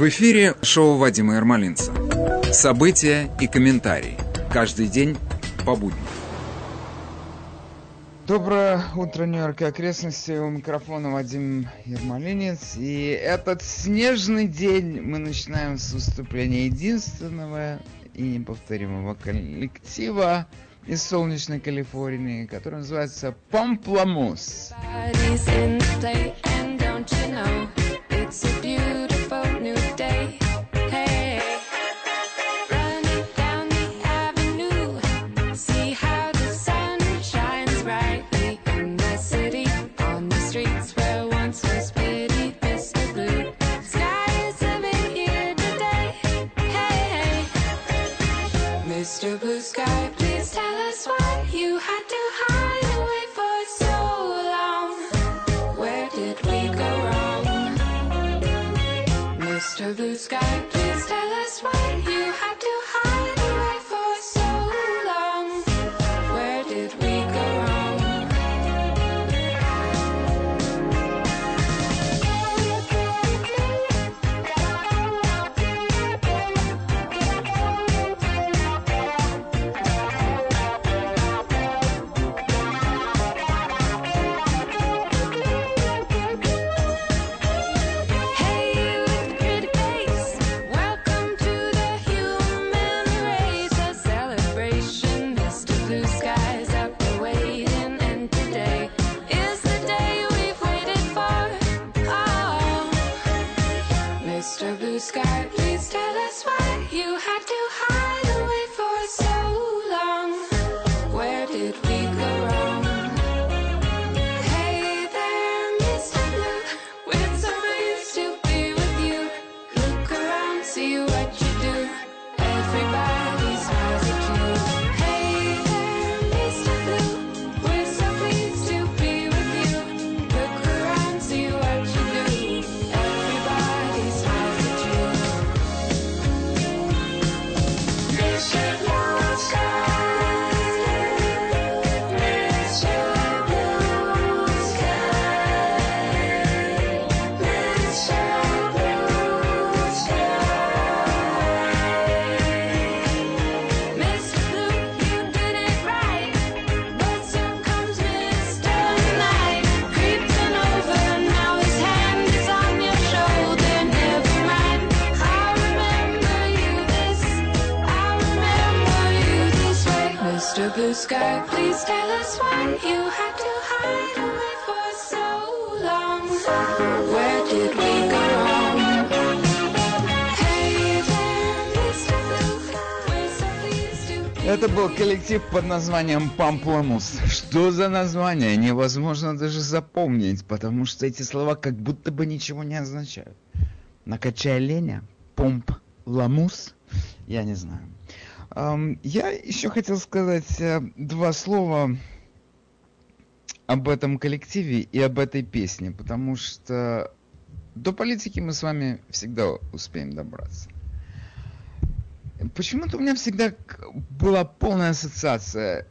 В эфире шоу Вадима Ермолинца. События и комментарии. Каждый день по будням. Доброе утро, Нью-Йорк и окрестности. У микрофона Вадим Ермолинец. И этот снежный день мы начинаем с выступления единственного и неповторимого коллектива из солнечной Калифорнии, который называется Pamplemousse. Mr. Blue Sky, please tell us why you had to hide away for so long. Where did we go wrong? Mr. Blue Sky, please tell us why you had to hide away for so long. Where did we go wrong? Mr. Blue Sky, please tell us why you had to hide away for so long. Where did we go wrong? Hey there, Mr. Blue, we're so pleased to be with you. Look around, see what you do. Everybody smiles at you. Hey there, Mr. Blue, we're so pleased to be with you. Look around, see what you do. Everybody smiles at you. Mr. Blue Sky, Mr. Blue Sky, Mr. Blue Sky. Mr. Blue, you did it right, but so comes Mr. Night, creeping over, now his hand is on your shoulder. Never mind, I remember you this way. Mr. Blue Sky, please tell us why you had to hide away for so long. Where did we go wrong? Hey there, Mr. Blue, we're so pleased to be. Это был коллектив под названием Pamplemousse. Что за название? Невозможно даже запомнить, потому что эти слова как будто бы ничего не означают. Накачай леня, Pamplemousse, я не знаю. Я еще хотел сказать два слова об этом коллективе и об этой песне, потому что до политики мы с вами всегда успеем добраться. Почему-то у меня всегда была полная ассоциация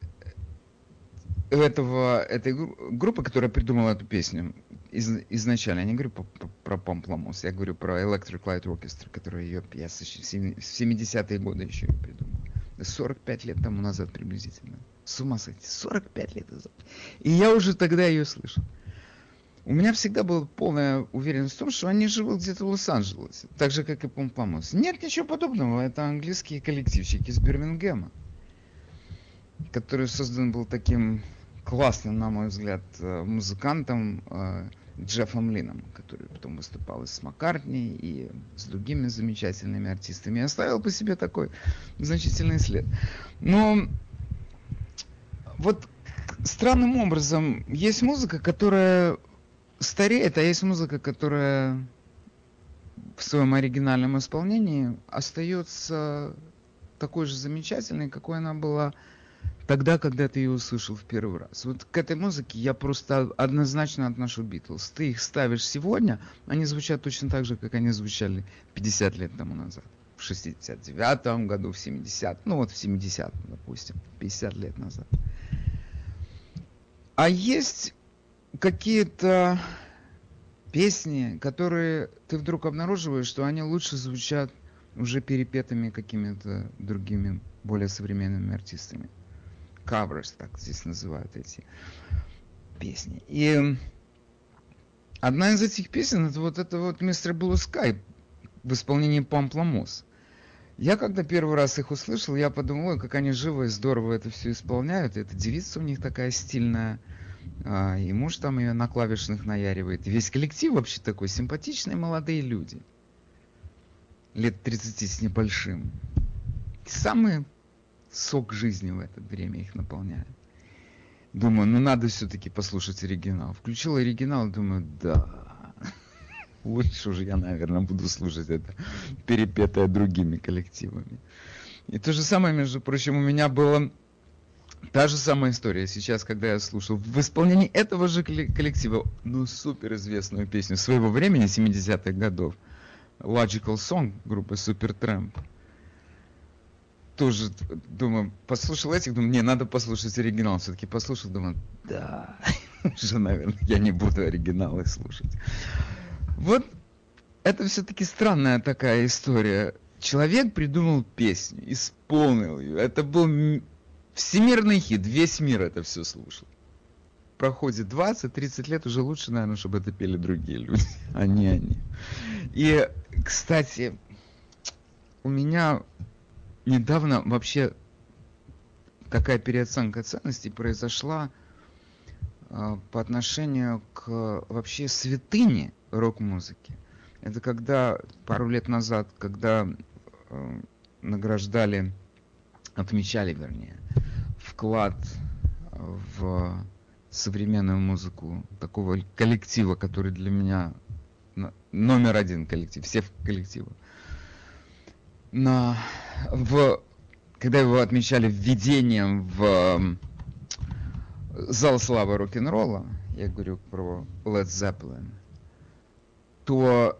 этой группы, которая придумала эту песню изначально. Я не говорю про Pamplemousse, я говорю про Electric Light Orchestra, которая ее в 70-е годы еще и придумала. 45 лет тому назад приблизительно. С ума сойти, 45 лет назад. И я уже тогда ее слышал. У меня всегда была полная уверенность в том, что они живут где-то в Лос-Анджелесе, так же, как и Pamplemousse. Нет ничего подобного, это английские коллективчики из Бирмингема, который создан был таким классным, на мой взгляд, музыкантом Джеффом Лином, который потом выступал и с Маккартни, и с другими замечательными артистами, и оставил по себе такой значительный след. Но вот странным образом есть музыка, которая стареет, а есть музыка, которая в своем оригинальном исполнении остается такой же замечательной, какой она была тогда, когда ты ее услышал в первый раз. Вот к этой музыке я просто однозначно отношу Битлз. Ты их ставишь сегодня, они звучат точно так же, как они звучали 50 лет тому назад. В 69-м году, в 70-м, ну вот в 70-м, допустим, 50 лет назад. А есть какие-то песни, которые ты вдруг обнаруживаешь, что они лучше звучат уже перепетыми какими-то другими, более современными артистами. Covers, так здесь называют эти песни. И одна из этих песен, это вот Mr. Blue Sky в исполнении Pamplemousse. Я когда первый раз их услышал, я подумал, ой, как они живо и здорово это все исполняют. Эта девица у них такая стильная. И муж там ее на клавишных наяривает. И весь коллектив вообще такой, симпатичные молодые люди. Лет 30 с небольшим. Самый сок жизни в это время их наполняет. Думаю, ну надо все-таки послушать оригинал. Включил оригинал, думаю, да. Лучше уже я, наверное, буду слушать это, перепетое другими коллективами. И то же самое, между прочим, у меня была та же самая история сейчас, когда я слушал в исполнении этого же коллектива, ну, суперизвестную песню своего времени, 70-х годов, Logical Song группы Supertramp. Тоже, думаю, послушал этих, думаю, не, надо послушать оригинал. Все-таки послушал, думаю, да, уже, наверное, я не буду оригиналы слушать. Вот это все-таки странная такая история. Человек придумал песню, исполнил ее. Это был всемирный хит, весь мир это все слушал. Проходит 20-30 лет, уже лучше, наверное, чтобы это пели другие люди, а не они. И, кстати, у меня недавно вообще такая переоценка ценностей произошла по отношению к вообще святыне рок-музыки. Это когда пару лет назад, когда награждали, отмечали, вернее, вклад в современную музыку такого коллектива, который для меня номер один коллектив, все коллективы. Когда его отмечали введением в зал славы рок-н-ролла, я говорю про Led Zeppelin, то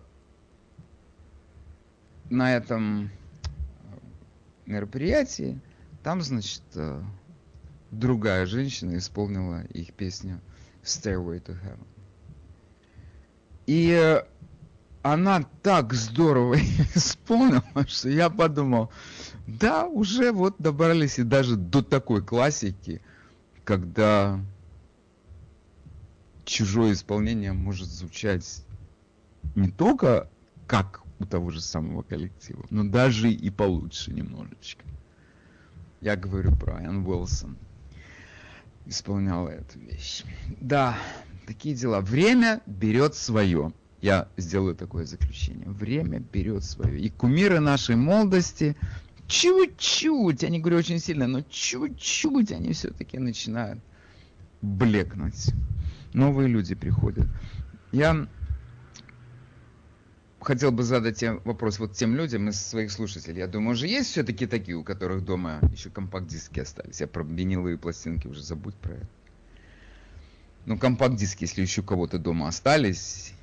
на этом мероприятии там, значит, другая женщина исполнила их песню Stairway to Heaven. И она так здорово исполнила, что я подумал, да, уже вот добрались и даже до такой классики, когда чужое исполнение может звучать не только как у того же самого коллектива, но даже и получше немножечко. Я говорю про Энн Уилсон. Исполняла эту вещь. Да, такие дела. Время берет свое. Я сделаю такое заключение. Время берет свое. И кумиры нашей молодости чуть-чуть, я не говорю очень сильно, но чуть-чуть они все-таки начинают блекнуть. Новые люди приходят. Я хотел бы задать вопрос вот тем людям из своих слушателей. Я думаю, уже есть все-таки такие, у которых дома еще компакт-диски остались. Я про виниловые пластинки уже забудь про это. Ну, компакт-диски, если еще у кого-то дома остались.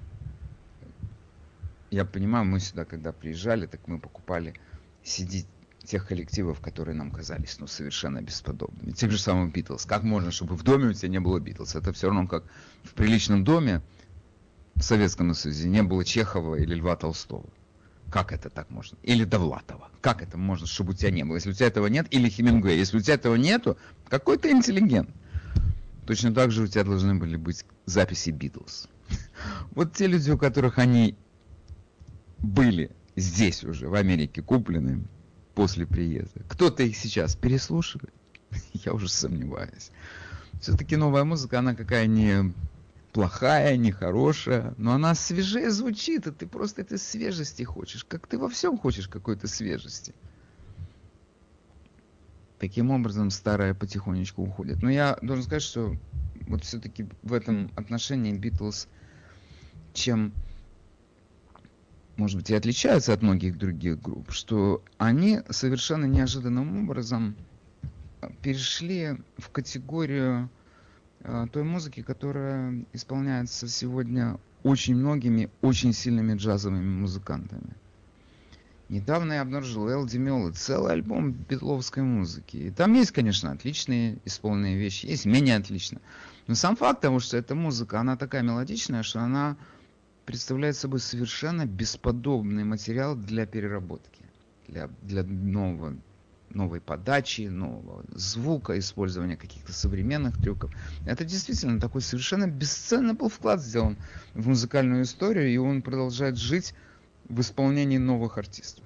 Я понимаю, мы сюда, когда приезжали, так мы покупали CD тех коллективов, которые нам казались, ну, совершенно бесподобными. Тех же самых Битлз. Как можно, чтобы в доме у тебя не было Битлз? Это все равно, как в приличном доме в Советском Союзе не было Чехова или Льва Толстого. Как это так можно? Или Довлатова. Как это можно, чтобы у тебя не было? Если у тебя этого нет, или Хемингуэя. Если у тебя этого нету, какой ты интеллигент. Точно так же у тебя должны были быть записи Битлз. Вот те люди, у которых они были здесь уже, в Америке, куплены после приезда. Кто-то их сейчас переслушивает? Я уже сомневаюсь. Все-таки новая музыка, она какая не плохая, не хорошая, но она свежее звучит, и ты просто этой свежести хочешь. Как ты во всем хочешь какой-то свежести. Таким образом, старое потихонечку уходит. Но я должен сказать, что вот все-таки в этом отношении Битлз, чем, может быть, и отличаются от многих других групп, что они совершенно неожиданным образом перешли в категорию той музыки, которая исполняется сегодня очень многими, очень сильными джазовыми музыкантами. Недавно я обнаружил Эл Ди Мелло, целый альбом битловской музыки. И там есть, конечно, отличные исполненные вещи, есть менее отличные. Но сам факт того, что эта музыка, она такая мелодичная, что она представляет собой совершенно бесподобный материал для переработки, для новой подачи, нового звука, использования каких-то современных трюков. Это действительно такой совершенно бесценный был вклад сделан в музыкальную историю, и он продолжает жить в исполнении новых артистов.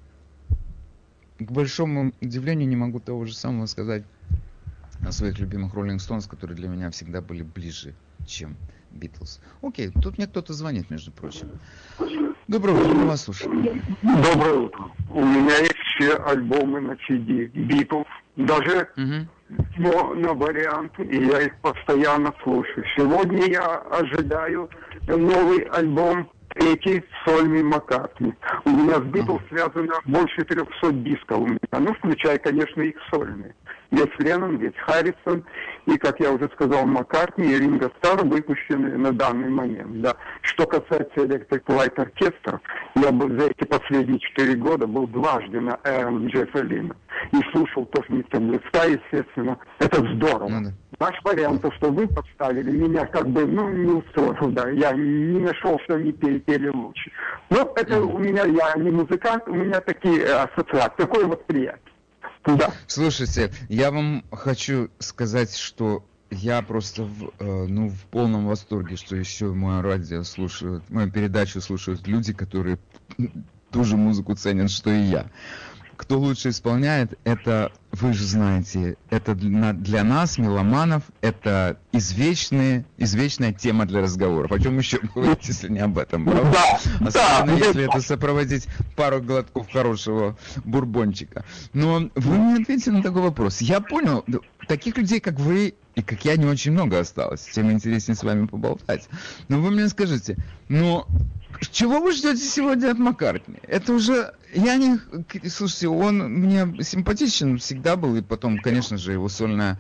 К большому удивлению не могу того же самого сказать о своих любимых Rolling Stones, которые для меня всегда были ближе, чем Beatles. Окей, тут мне кто-то звонит, между прочим. Доброе утро, мы вас слушаем. Доброе утро. У меня есть все альбомы на CD Beatles, даже на вариант, и я их постоянно слушаю. Сегодня я ожидаю новый альбом, третий сольный Маккартни. У меня с Beatles связано больше 300 дисков у меня, включая, конечно, их сольные. Есть Леннон, есть Харрисон, и, как я уже сказал, Маккартни и Ринго Старр выпущены на данный момент. Да. Что касается Electric Light Orchestra, я был за эти последние 4 года был дважды на Джеффа Лина. И слушал тоже «Мистер Блеста», естественно. Это здорово. Ваш вариант, то, что вы подставили, меня как бы, не устроил, да. Я не нашел, что они пели лучше. Но это у меня, я не музыкант, у меня такие ассоциации, такое восприятие. Да. Слушайте, я вам хочу сказать, что я просто в полном восторге, что еще мое радио слушают, мою передачу слушают люди, которые ту же музыку ценят, что и я. Кто лучше исполняет, это, вы же знаете, это для нас, меломанов, это извечная тема для разговоров. О чем еще говорить, если не об этом, правда? Особенно если это сопроводить пару глотков хорошего бурбончика. Но вы мне ответите на такой вопрос. Я понял, таких людей, как вы и как я, не очень много осталось. Тем интереснее с вами поболтать. Но вы мне скажите, чего вы ждете сегодня от Маккартни? Это уже... Слушайте, он мне симпатичен всегда был, и потом, конечно же, его сольная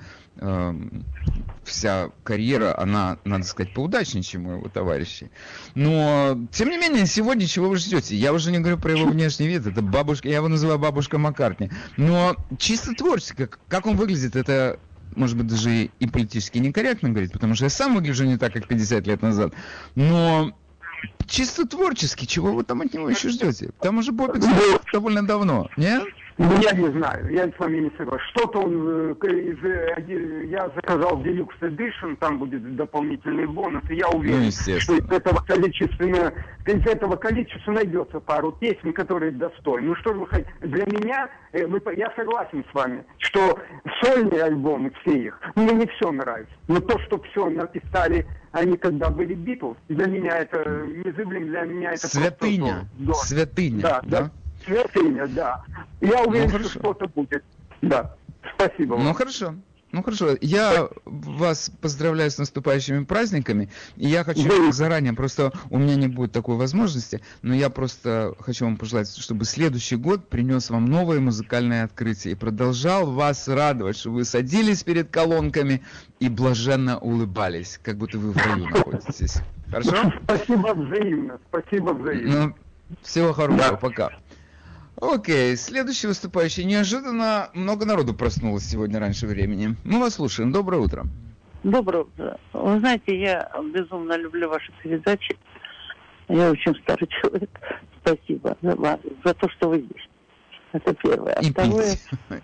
вся карьера, она, надо сказать, поудачнее, чем у его товарищей. Но, тем не менее, сегодня чего вы ждете? Я уже не говорю про его внешний вид, это бабушка, я его называю бабушка Маккартни. Но чисто творчески, как он выглядит, это... Может быть, даже и политически некорректно говорить, потому что я сам выгляжу не так, как 50 лет назад. Но чисто творчески, чего вы там от него еще ждете? Там уже Бобик довольно давно, нет? Я не знаю, я с вами не согласен. Что-то он, я заказал Deluxe Edition, там будет дополнительный бонус, и я уверен, что из этого количества найдется пару песен, которые достойны. Что же вы хотите? Для меня, я согласен с вами, что сольные альбомы, все их, мне не все нравится. Но то, что все написали они, когда были Beatles, для меня это незыблемо, для меня это святыня. Просто... Святыня, да? Святыня, да. Я уверен, что что-то будет. Да. Спасибо вам. Хорошо. Я вас поздравляю с наступающими праздниками, и я хочу заранее, просто у меня не будет такой возможности, но я просто хочу вам пожелать, чтобы следующий год принес вам новые музыкальные открытия и продолжал вас радовать, что вы садились перед колонками и блаженно улыбались, как будто вы в раю находитесь. Хорошо? Спасибо взаимно. Всего хорошего, пока. Окей, следующий выступающий. Неожиданно много народу проснулось сегодня раньше времени. Мы вас слушаем. Доброе утро. Доброе утро. Вы знаете, я безумно люблю ваши передачи. Я очень старый человек. Спасибо за то, что вы здесь. Это первое. А второе,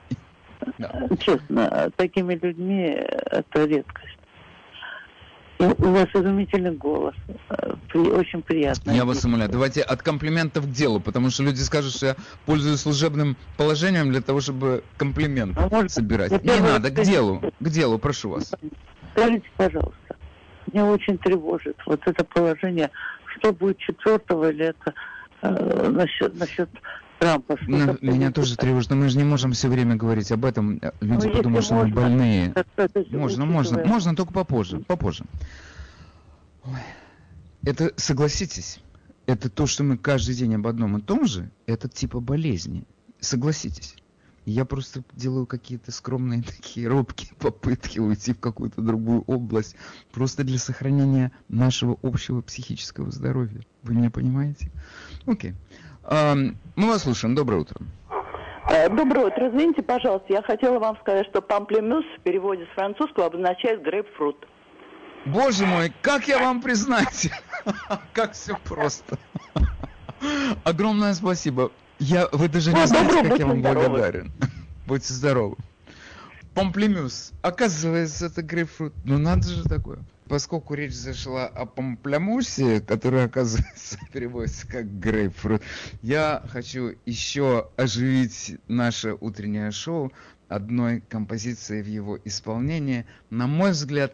честно, такими людьми это редкость. У вас изумительный голос. Очень приятно. Я вас умоляю. Давайте от комплиментов к делу, потому что люди скажут, что я пользуюсь служебным положением для того, чтобы комплименты собирать. Не надо, к делу, прошу вас. Скажите, пожалуйста, меня очень тревожит вот это положение, что будет 4-го или это насчет Трампа. Меня тоже тревожит, но мы же не можем все время говорить об этом. Люди подумают, что мы больные. Можно, только попозже. Ой. Это, согласитесь, это то, что мы каждый день об одном и том же, это типа болезни. Согласитесь. Я просто делаю какие-то скромные такие робкие попытки уйти в какую-то другую область, просто для сохранения нашего общего психического здоровья. Вы меня понимаете? Окей. Мы вас слушаем. Доброе утро. Доброе утро. Извините, пожалуйста, я хотела вам сказать, что памплемюс в переводе с французского обозначает грейпфрут. Боже мой, как я вам признать? Как все просто. Огромное спасибо. Вы даже не Ну, знаете, добро, как я вам будьте здоровы. благодарен. Будьте здоровы. Помплемюс. Оказывается, это грейпфрут. Ну надо же такое. Поскольку речь зашла о помплемусе, который, оказывается, переводится как грейпфрут, я хочу еще оживить наше утреннее шоу одной композицией в его исполнении, на мой взгляд,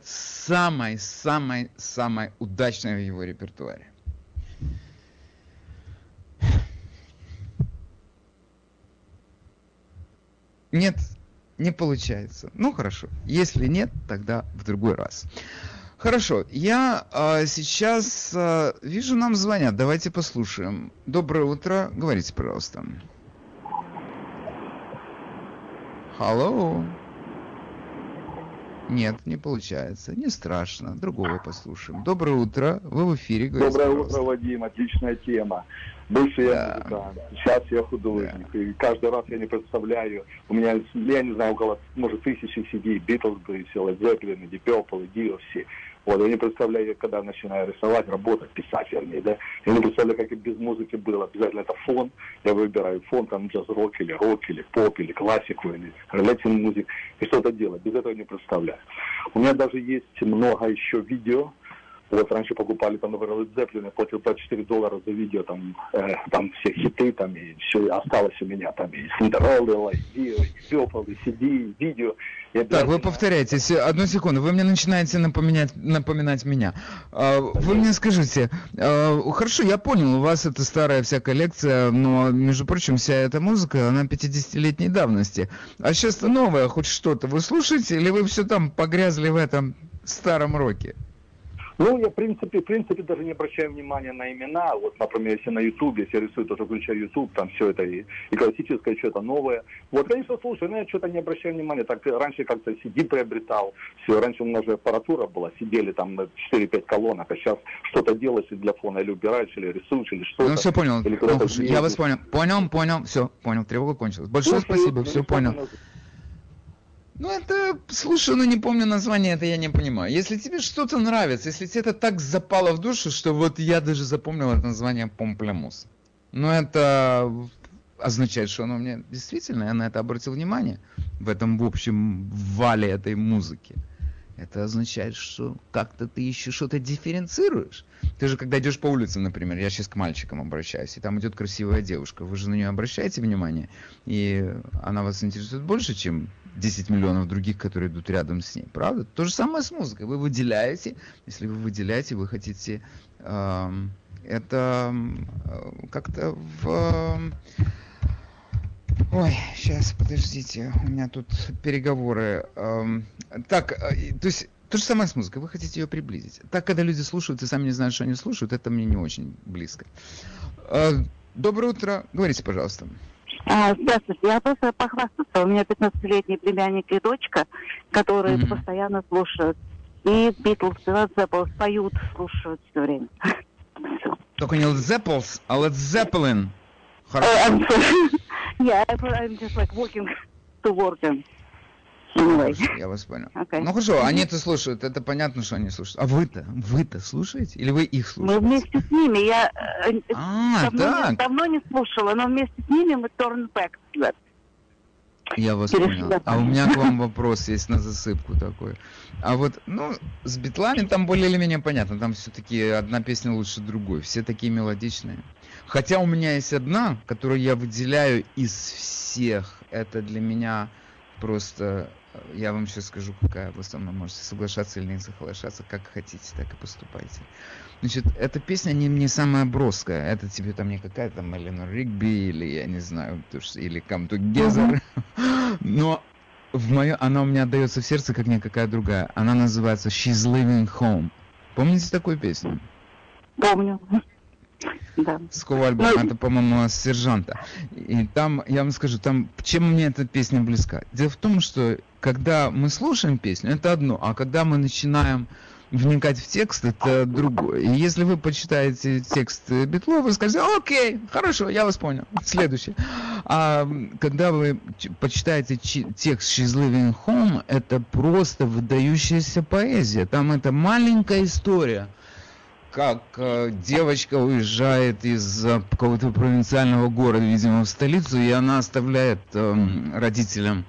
самой удачной в его репертуаре. Нет, не получается. Ну хорошо. Если нет, тогда в другой раз. Хорошо. Я сейчас вижу, нам звонят. Давайте послушаем. Доброе утро. Говорите, пожалуйста. Алло. Нет, не получается. Не страшно. Другого послушаем. Доброе утро. Вы в эфире. Говорите, Доброе пожалуйста. утро, Вадим. Отличная тема. Бывший я музыкант, сейчас я художник. И каждый раз я не представляю. У меня, я не знаю, около, может, 1000 CD, Beatles, Led Zeppelin, Deep Purple, Dio, все. Вот, я не представляю, когда начинаю рисовать, работать, писать, вернее, да. Я не представляю, как и без музыки было. Обязательно это фон. Я выбираю фон, там, джаз-рок, или рок, или поп, или классику, или латин музык. И что-то делать. Без этого не представляю. У меня даже есть много еще видео. Вот раньше покупали, там, например, Led Zeppelin, я платил $24 за видео, там все хиты, там, и все осталось у меня, там, и Cinderella, и Dio, и Purple, и CD, и видео. Так, вы повторяетесь. Одну секунду. Вы мне начинаете напоминать меня. Вы мне скажите, хорошо, я понял, у вас это старая вся коллекция, но, между прочим, вся эта музыка, она 50-летней давности. А сейчас новое хоть что-то вы слушаете, или вы все там погрязли в этом старом роке? Ну, я, в принципе, даже не обращаю внимания на имена. Вот, например, если на Ютубе, если я рисую, то включаю Ютуб, там все это и классическое, что-то новое. Вот, конечно, слушаю, но я что-то не обращаю внимания. Так раньше как-то CD приобретал. Все, раньше у нас же аппаратура была, сидели там 4-5 колонок, а сейчас что-то делаешь для фона, или убираешь, или рисуешь, или что-то. Ну, все понял. Ну, я вас понял. Понял. Все, понял. Тревога кончилась. Большое спасибо, все понял. Ну, это, слушай, не помню название, это я не понимаю. Если тебе что-то нравится, если тебе это так запало в душу, что вот я даже запомнил это название Помплемус. Но это означает, что оно мне действительно, я на это обратил внимание в этом, в общем, вале этой музыки. Это означает, что как-то ты еще что-то дифференцируешь. Ты же, когда идешь по улице, например, я сейчас к мальчикам обращаюсь, и там идет красивая девушка, вы же на нее обращаете внимание, и она вас интересует больше, чем 10 миллионов других, которые идут рядом с ней, правда? То же самое с музыкой. Вы выделяете, если вы выделяете, вы хотите это как-то в... Ой, сейчас, подождите, у меня тут переговоры. Так, то есть, то же самое с музыкой, вы хотите ее приблизить. Так, когда люди слушают и сами не знают, что они слушают, это мне не очень близко. Доброе утро, говорите, пожалуйста. Здравствуйте, я просто похвастаться. У меня 15-летний племянник и дочка, которые постоянно слушают. И Beatles, Led Zeppelin поют, слушают все время. Только не Led Zeppelin, а Led Zeppelin. Yeah, I'm just like walking to work. Anyway. Я вас понял. Okay. Ну хорошо, они-то слушают, это понятно, что они слушают. А вы-то слушаете? Или вы их слушаете? Мы вместе с ними. Я давно не слушала, но вместе с ними мы turn back. Я вас понял. А у меня к вам вопрос есть на засыпку такой. А вот, с Битлами там более или менее понятно. Там все-таки одна песня лучше другой. Все такие мелодичные. Хотя у меня есть одна, которую я выделяю из всех. Это для меня просто... Я вам сейчас скажу, какая. Вы со мной можете соглашаться или не соглашаться. Как хотите, так и поступайте. Значит, эта песня не самая броская. Это тебе там не какая-то там Эленор Ригби или, я не знаю, или Come Together. Но она у меня отдается в сердце, как никакая другая. Она называется She's Leaving Home. Помните такую песню? Помню. Да. С какого альбома? Это, по-моему, с Сержанта. И там, я вам скажу, там, чем мне эта песня близка? Дело в том, что когда мы слушаем песню, это одно, а когда мы начинаем вникать в текст, это другое. И если вы почитаете текст Битлов, вы скажете: окей, хорошо, я вас понял. Следующее. А когда вы почитаете текст She's Leaving Home, это просто выдающаяся поэзия. Там это маленькая история, как девочка уезжает из какого-то провинциального города, видимо, в столицу, и она оставляет родителям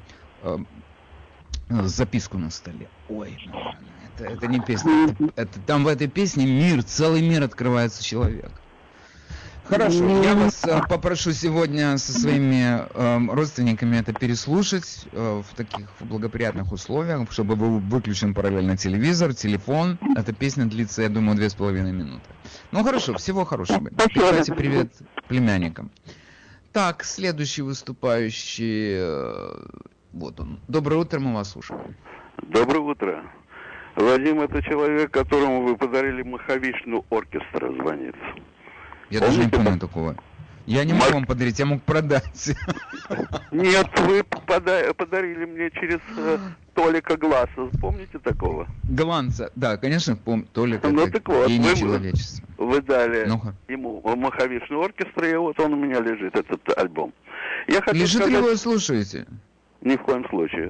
записку на столе. Ой, это не песня. Там в этой песне мир, целый мир открывается человек. Хорошо, я вас попрошу сегодня со своими родственниками это переслушать в таких благоприятных условиях, чтобы был выключен параллельно телевизор, телефон. Эта песня длится, я думаю, 2,5 минуты. Ну хорошо, всего хорошего. Передайте привет племянникам. Так, следующий выступающий, вот он. Доброе утро, мы вас слушаем. Доброе утро. Вадим, это человек, которому вы подарили Махавишну оркестра, звонит. Я даже не помню такого. Я не мог вам подарить, я мог продать. Нет, вы подарили мне через Толика Гласа. Помните такого? Гланца, да, конечно, помню. Толик, ну, это так вот, гений человечества. Вы дали ему Махавишну оркестра, и вот он у меня лежит, этот альбом. Лежит ли вы его слушаете? Ни в коем случае.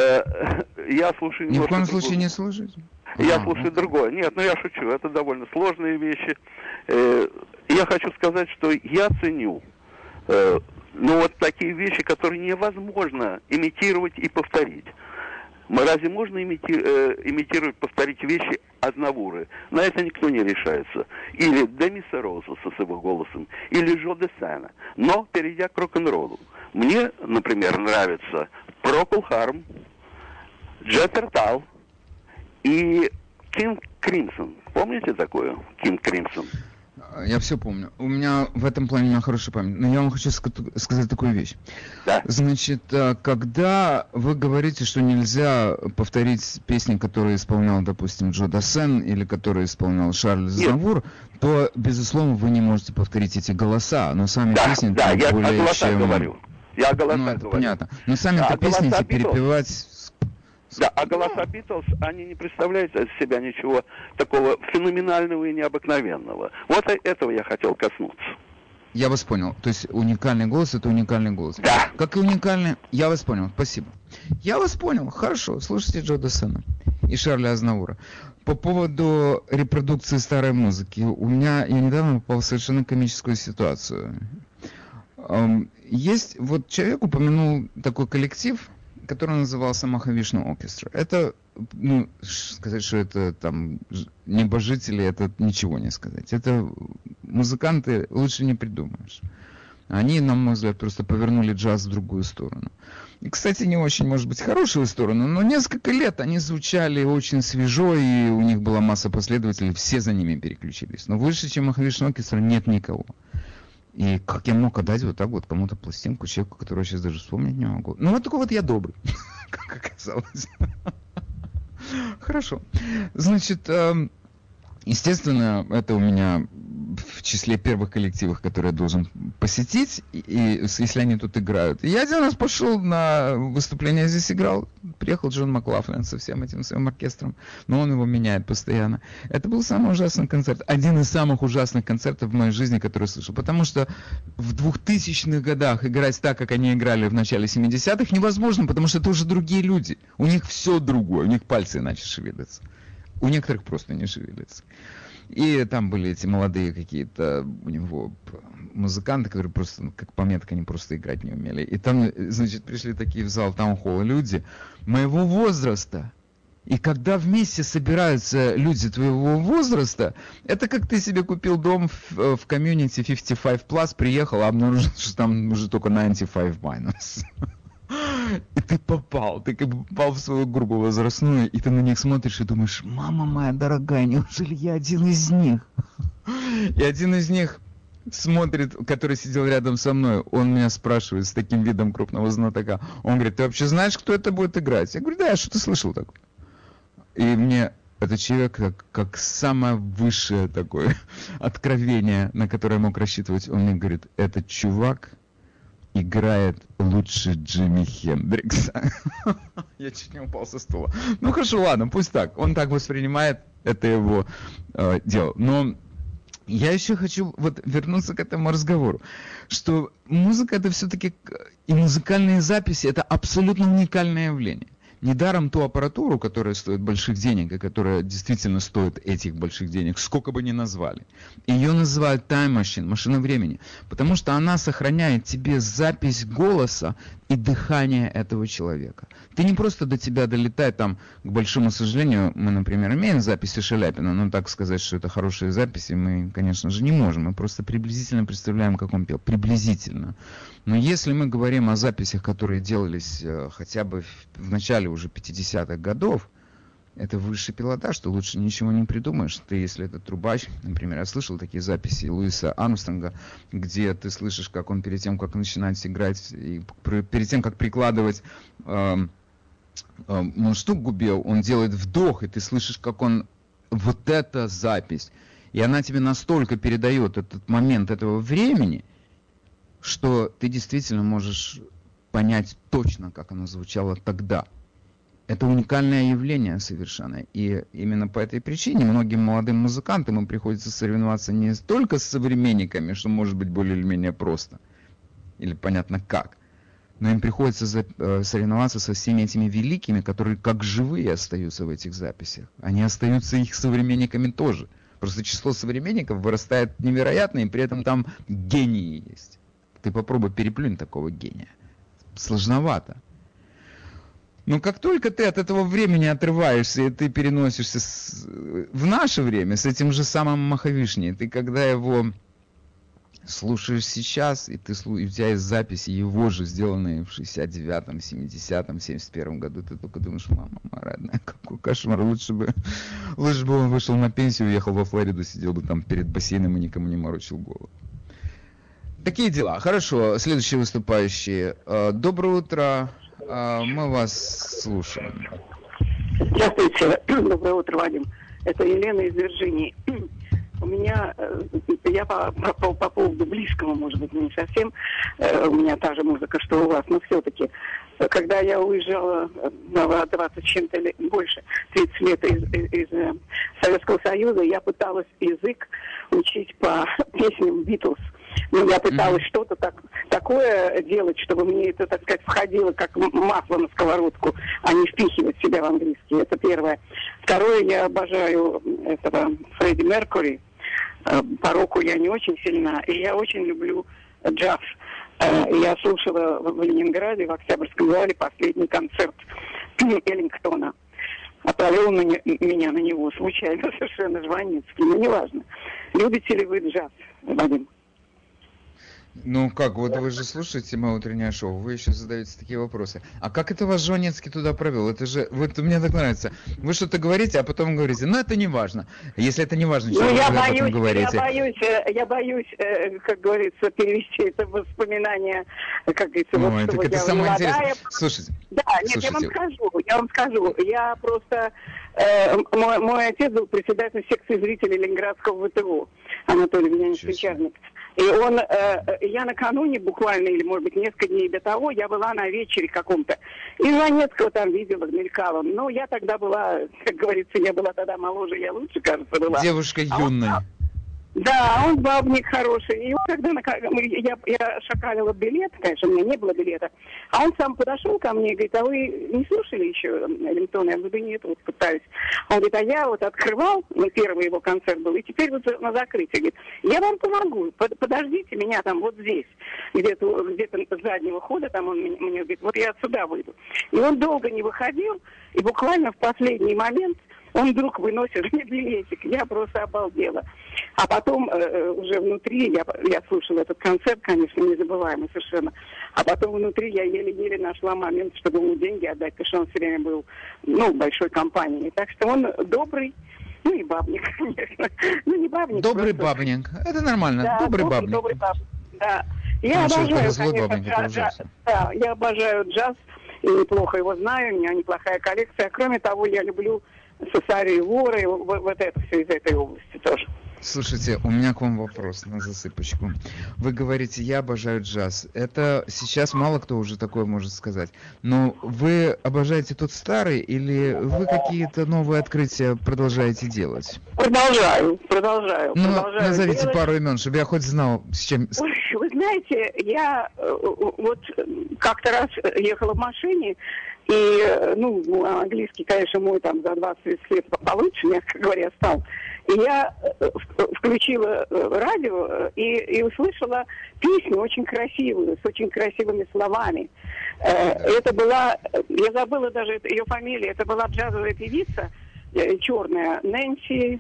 Я слушаю... Ни в коем случае не слушаете? Я слушаю другое. Нет, ну я шучу. Это довольно сложные вещи. Я хочу сказать, что я ценю вот такие вещи, которые невозможно имитировать и повторить. Разве можно имитировать, повторить вещи Азнавуры? На это никто не решается. Или Демиса Розуса с его голосом, или Жо де Сена. Но перейдя к рок-н-роллу. Мне, например, нравится Прокол Харм, Джеффертал и Кинг Кримсон. Помните такое? Кинг Кримсон. Я все помню. У меня в этом плане у меня хорошая память. Но я вам хочу сказать такую вещь. Да. Значит, когда вы говорите, что нельзя повторить песни, которые исполнял, допустим, Джо Дассен или которые исполнял Шарль Азнавур, то, безусловно, вы не можете повторить эти голоса. Но сами песни я более о голосах чем... говорю. Я о голосах это говорю. Понятно. Но сами-то песни эти перепевать... Да, а голоса Битлз, они не представляют из себя ничего такого феноменального и необыкновенного. Вот этого я хотел коснуться. Я вас понял. То есть уникальный голос — это уникальный голос. Да. Как и уникальный... Я вас понял. Спасибо. Я вас понял. Хорошо. Слушайте Джо Дассена и Шарля Азнавура. По поводу репродукции старой музыки. Я недавно попал в совершенно комическую ситуацию. Есть... Вот человек упомянул такой коллектив, который назывался Махавишну оркестра. Это, сказать, что это там небожители, это ничего не сказать. Это музыканты, лучше не придумаешь. Они, на мой взгляд, просто повернули джаз в другую сторону. И, кстати, не очень, может быть, хорошую сторону, но несколько лет они звучали очень свежо, и у них была масса последователей, все за ними переключились. Но выше, чем Махавишну оркестра, нет никого. И как я мог отдать вот так вот кому-то пластинку, человеку, которого я сейчас даже вспомнить не могу. Ну вот такой вот я добрый, как оказалось. Хорошо. Значит, естественно, это у меня в числе первых коллективов, которые я должен посетить, и если они тут играют. И я один раз пошел на выступление, здесь играл, приехал Джон Маклафлин со всем этим своим оркестром, но он его меняет постоянно. Это был самый ужасный концерт, один из самых ужасных концертов в моей жизни, который я слышал, потому что в 2000-х годах играть так, как они играли в начале 70-х, невозможно, потому что это уже другие люди, у них все другое, у них пальцы иначе шевелятся, у некоторых просто не шевелятся. И там были эти молодые какие-то у него музыканты, которые просто, как пометка, они просто играть не умели. И там, значит, пришли такие в зал таунхолла люди моего возраста. И когда вместе собираются люди твоего возраста, это как ты себе купил дом в комьюнити 55+, приехал, а обнаружил, что там уже только 95-. И ты попал, ты как бы попал в свою группу возрастную, и ты на них смотришь и думаешь: мама моя дорогая, неужели я один из них? И один из них смотрит, который сидел рядом со мной, он меня спрашивает с таким видом крупного знатока, он говорит: ты вообще знаешь, кто это будет играть? Я говорю: да, я что-то слышал такое. И мне этот человек, как самое высшее такое откровение, на которое я мог рассчитывать, он мне говорит: этот чувак играет лучше Джимми Хендрикса. Я чуть не упал со стула. Ну хорошо, ладно, пусть так. Он так воспринимает, это его дело. Но я еще хочу вот вернуться к этому разговору, что музыка — это все-таки, и музыкальные записи — это абсолютно уникальное явление. Недаром ту аппаратуру, которая стоит больших денег, и которая действительно стоит этих больших денег, сколько бы ни назвали, ее называют time machine, машина времени, потому что она сохраняет тебе запись голоса и дыхания этого человека. Ты не просто до тебя долетает, там, к большому сожалению, мы, например, имеем записи Шаляпина, но так сказать, что это хорошие записи, мы, конечно же, не можем, мы просто приблизительно представляем, как он пел, приблизительно. Но если мы говорим о записях, которые делались хотя бы в начале уже 50-х годов, это высший пилотаж, что лучше ничего не придумаешь. Ты, если это трубач, например, я слышал такие записи Луиса Армстронга, где ты слышишь, как он перед тем, как начинать играть, и перед тем, как прикладывать мундштук к губе, он делает вдох, и ты слышишь, как он... Вот эта запись. И она тебе настолько передает этот момент этого времени, что ты действительно можешь понять точно, как оно звучало тогда. Это уникальное явление совершенно. И именно по этой причине многим молодым музыкантам им приходится соревноваться не только с современниками, что может быть более или менее просто, или понятно как, но им приходится соревноваться со всеми этими великими, которые как живые остаются в этих записях. Они остаются их современниками тоже. Просто число современников вырастает невероятно, и при этом там гении есть. Ты попробуй переплюнь такого гения. Сложновато. Но как только ты от этого времени отрываешься, и ты переносишься в наше время с этим же самым Махавишни, ты когда его слушаешь сейчас, и у тебя есть записи его же, сделанные в 69-м, 70-м, 71-м году, ты только думаешь, мама родная, какой кошмар, лучше бы он вышел на пенсию, уехал во Флориду, сидел бы там перед бассейном и никому не морочил голову. Такие дела. Хорошо, следующие выступающие. Доброе утро, мы вас слушаем. Здравствуйте, доброе утро, Вадим. Это Елена из Вирджинии. У меня, я по поводу близкого, может быть, не совсем, у меня та же музыка, что у вас, но все-таки, когда я уезжала на 20 чем-то больше, 30 лет из Советского Союза, я пыталась язык учить по песням Битлз. Ну, я пыталась что-то такое делать, чтобы мне это, так сказать, входило как масло на сковородку, а не впихивать себя в английский. Это первое. Второе, я обожаю этого Фредди Меркьюри. По року я не очень сильна, и я очень люблю джаз. Я слушала в Ленинграде, в Октябрьском зале, последний концерт Эллингтона. Отправил меня на него случайно совершенно Жванецкий, но неважно. Любите ли вы джаз, Вадим? Ну как, вот вы же слушаете мое утреннее шоу, вы еще задаете такие вопросы. А как это вас Жванецкий туда провел? Это же, вот мне так нравится. Вы что-то говорите, а потом говорите, ну это не важно. Если это не важно, что вы об этом говорите. Я боюсь, как говорится, перевести это в воспоминания, как говорится, вот что это самое интересное. Слушайте. Да, нет, слушайте. Я вам скажу. Я просто... Мой отец был председателем секции зрителей Ленинградского ВТО, Анатолий Вениаминович Печарник. И я накануне буквально, или может быть несколько дней до того, я была на вечере каком-то. И Жванецкого там видела, мелькала. Но я тогда была, как говорится, я была тогда моложе, я лучше, кажется, была. Девушка юная. Да, он бабник хороший. И он когда я шакалила билет, конечно, у меня не было билета, а он сам подошел ко мне и говорит, а вы не слушали еще Эллингтона? Я говорю, да нет, вот пытаюсь. Он говорит, а я вот открывал, первый его концерт был, и теперь вот на закрытие. Говорит, я вам помогу, подождите меня там вот здесь, где-то с заднего хода, там он мне говорит, вот я отсюда выйду. И он долго не выходил, и буквально в последний момент он вдруг выносит мне билетик. Я просто обалдела. А потом уже внутри, я слушала этот концерт, конечно, незабываемый совершенно. А потом внутри я еле-еле нашла момент, чтобы ему деньги отдать, потому что он все время был, в большой компании. Так что он добрый, и бабник, конечно. Не бабник. Добрый просто бабник. Это нормально. Да, добрый бабник. Добрый бабник. Да. Я обожаю, конечно, джаз. Да, я обожаю джаз. И неплохо его знаю, у меня неплохая коллекция. Кроме того, я люблю Сосари и Воры, вот это все из этой области тоже. Слушайте, у меня к вам вопрос на засыпочку. Вы говорите, я обожаю джаз. Это сейчас мало кто уже такое может сказать. Но вы обожаете тот старый или вы какие-то новые открытия продолжаете делать? Продолжаю. Назовите делать пару имен, чтобы я хоть знал, с чем... Ой, вы знаете, я вот как-то раз ехала в машине, И, ну, английский, конечно, мой там за 20 лет получше, мягко говоря, стал. И я включила радио и услышала песню очень красивую, с очень красивыми словами. Это была, я забыла даже ее фамилию, это была джазовая певица, черная, Нэнси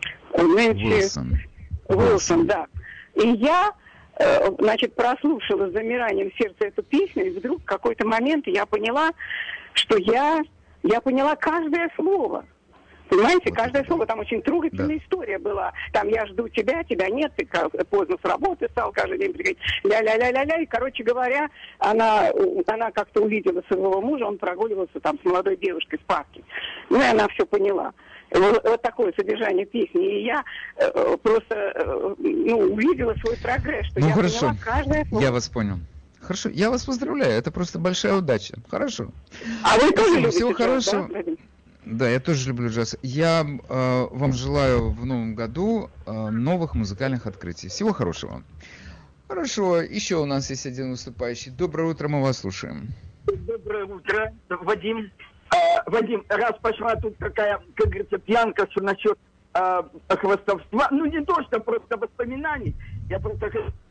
Уилсон, да. И я, значит, прослушала с замиранием сердца эту песню, и вдруг в какой-то момент я поняла, что я поняла каждое слово. Понимаете, каждое слово, там очень трогательная история была. Там «я жду тебя, тебя нет», ты поздно с работы стал, каждый день приходить, ля-ля-ля-ля-ля. И, короче говоря, она как-то увидела своего мужа, он прогуливался там с молодой девушкой в парке. Ну, и она все поняла. Вот такое содержание песни. И я просто увидела свой прогресс, что я поняла каждое слово. Я вас понял. Хорошо, я вас поздравляю, это просто большая удача. Хорошо. А вы тоже любите всего джаз, хорошего. Да? Да, я тоже люблю джаз. Я вам желаю в новом году новых музыкальных открытий. Всего хорошего. Хорошо, еще у нас есть один выступающий. Доброе утро, мы вас слушаем. Доброе утро, Вадим. Вадим, раз пошла тут такая, как говорится, пьянка, что насчет хвастовства, ну не то, что просто воспоминаний, я просто...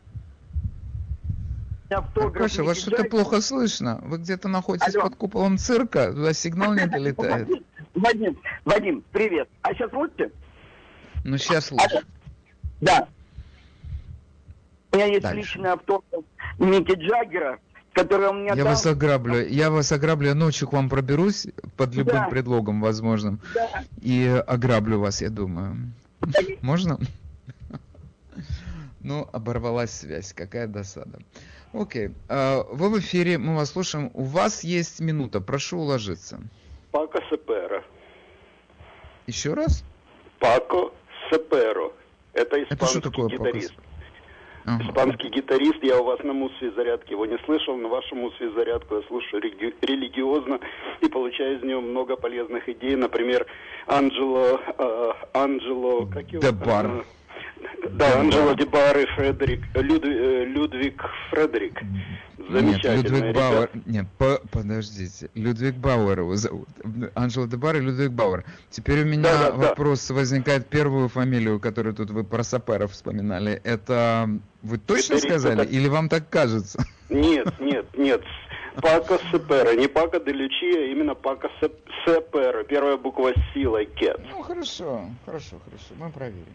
Аркаша, вас что-то плохо слышно. Вы где-то находитесь под куполом цирка, туда сигнал не долетает. Вадим, привет. А сейчас лучше? Ну, сейчас лучше. Да. У меня есть личный автограф Микки Джаггера, который у меня Я вас ограблю, я ночью к вам проберусь под любым предлогом возможным и ограблю вас, я думаю. Можно? Ну, оборвалась связь, какая досада. Окей, вы в эфире, мы вас слушаем. У вас есть минута, прошу уложиться. Пако Сеперо. Еще раз? Пако Сеперо. Это испанский гитарист. Испанский гитарист, я у вас на мусфи-зарядке его не слышал, на вашу мусфи-зарядку я слушаю религиозно и получаю из него много полезных идей. Например, Анджело, как его? Дебар. Да, Анджело Дебар и Людвиг Фредерик. Замечательно. Людвиг Бауэр. Нет, подождите. Людвиг Бауэр его зовут. Анджело Дебар и Людвиг Бауэр. Теперь у меня вопрос возникает. Первую фамилию, которую тут вы про саперов вспоминали, это вы точно сказали или вам так кажется? Нет. Пако Сеперо. Не Пако де Лючия, а именно Пако Сеперо. Первая буква С, like cat. Ну, хорошо. Мы проверим.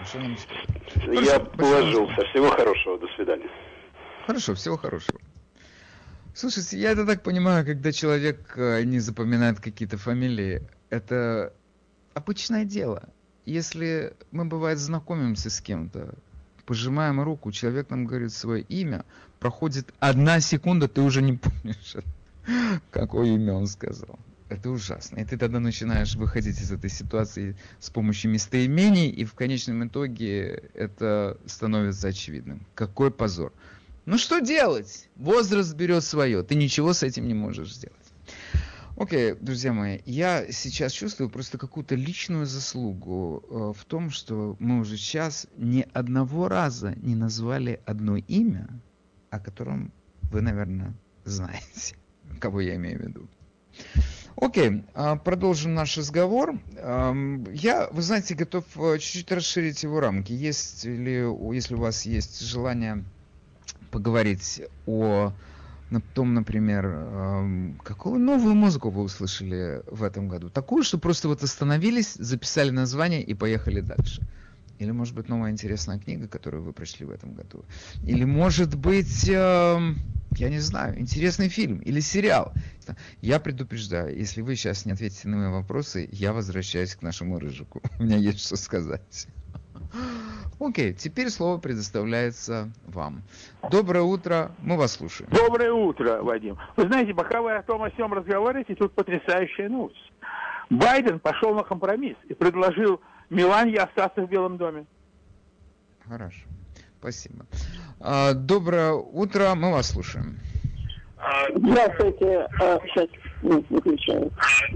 Я положился. Всего хорошего. До свидания. Хорошо, всего хорошего. Слушайте, я это так понимаю, когда человек не запоминает какие-то фамилии, это обычное дело. Если мы, бывает, знакомимся с кем-то, пожимаем руку, человек нам говорит свое имя, проходит 1 секунда, ты уже не помнишь, какое имя он сказал. Это ужасно. И ты тогда начинаешь выходить из этой ситуации с помощью местоимений, и в конечном итоге это становится очевидным. Какой позор. Ну что делать? Возраст берет свое. Ты ничего с этим не можешь сделать. Окей, друзья мои, я сейчас чувствую просто какую-то личную заслугу в том, что мы уже сейчас ни одного раза не назвали одно имя, о котором вы, наверное, знаете, кого я имею в виду. Окей, продолжим наш разговор. Я, вы знаете, готов чуть-чуть расширить его рамки. Если у вас есть желание поговорить о том, например, какую новую музыку вы услышали в этом году? Такую, что просто вот остановились, записали название и поехали дальше. Или, может быть, новая интересная книга, которую вы прочли в этом году. Или, может быть, я не знаю, интересный фильм или сериал. Я предупреждаю, если вы сейчас не ответите на мои вопросы, я возвращаюсь к нашему Рыжику. У меня есть что сказать. Окей, теперь слово предоставляется вам. Доброе утро, мы вас слушаем. Доброе утро, Вадим. Вы знаете, пока вы о том о сём разговариваете, тут потрясающая новость. Байден пошел на компромисс и предложил Меланье остаться в Белом доме. Хорошо, спасибо. Доброе утро, мы вас слушаем. Здравствуйте. Сейчас выключаю.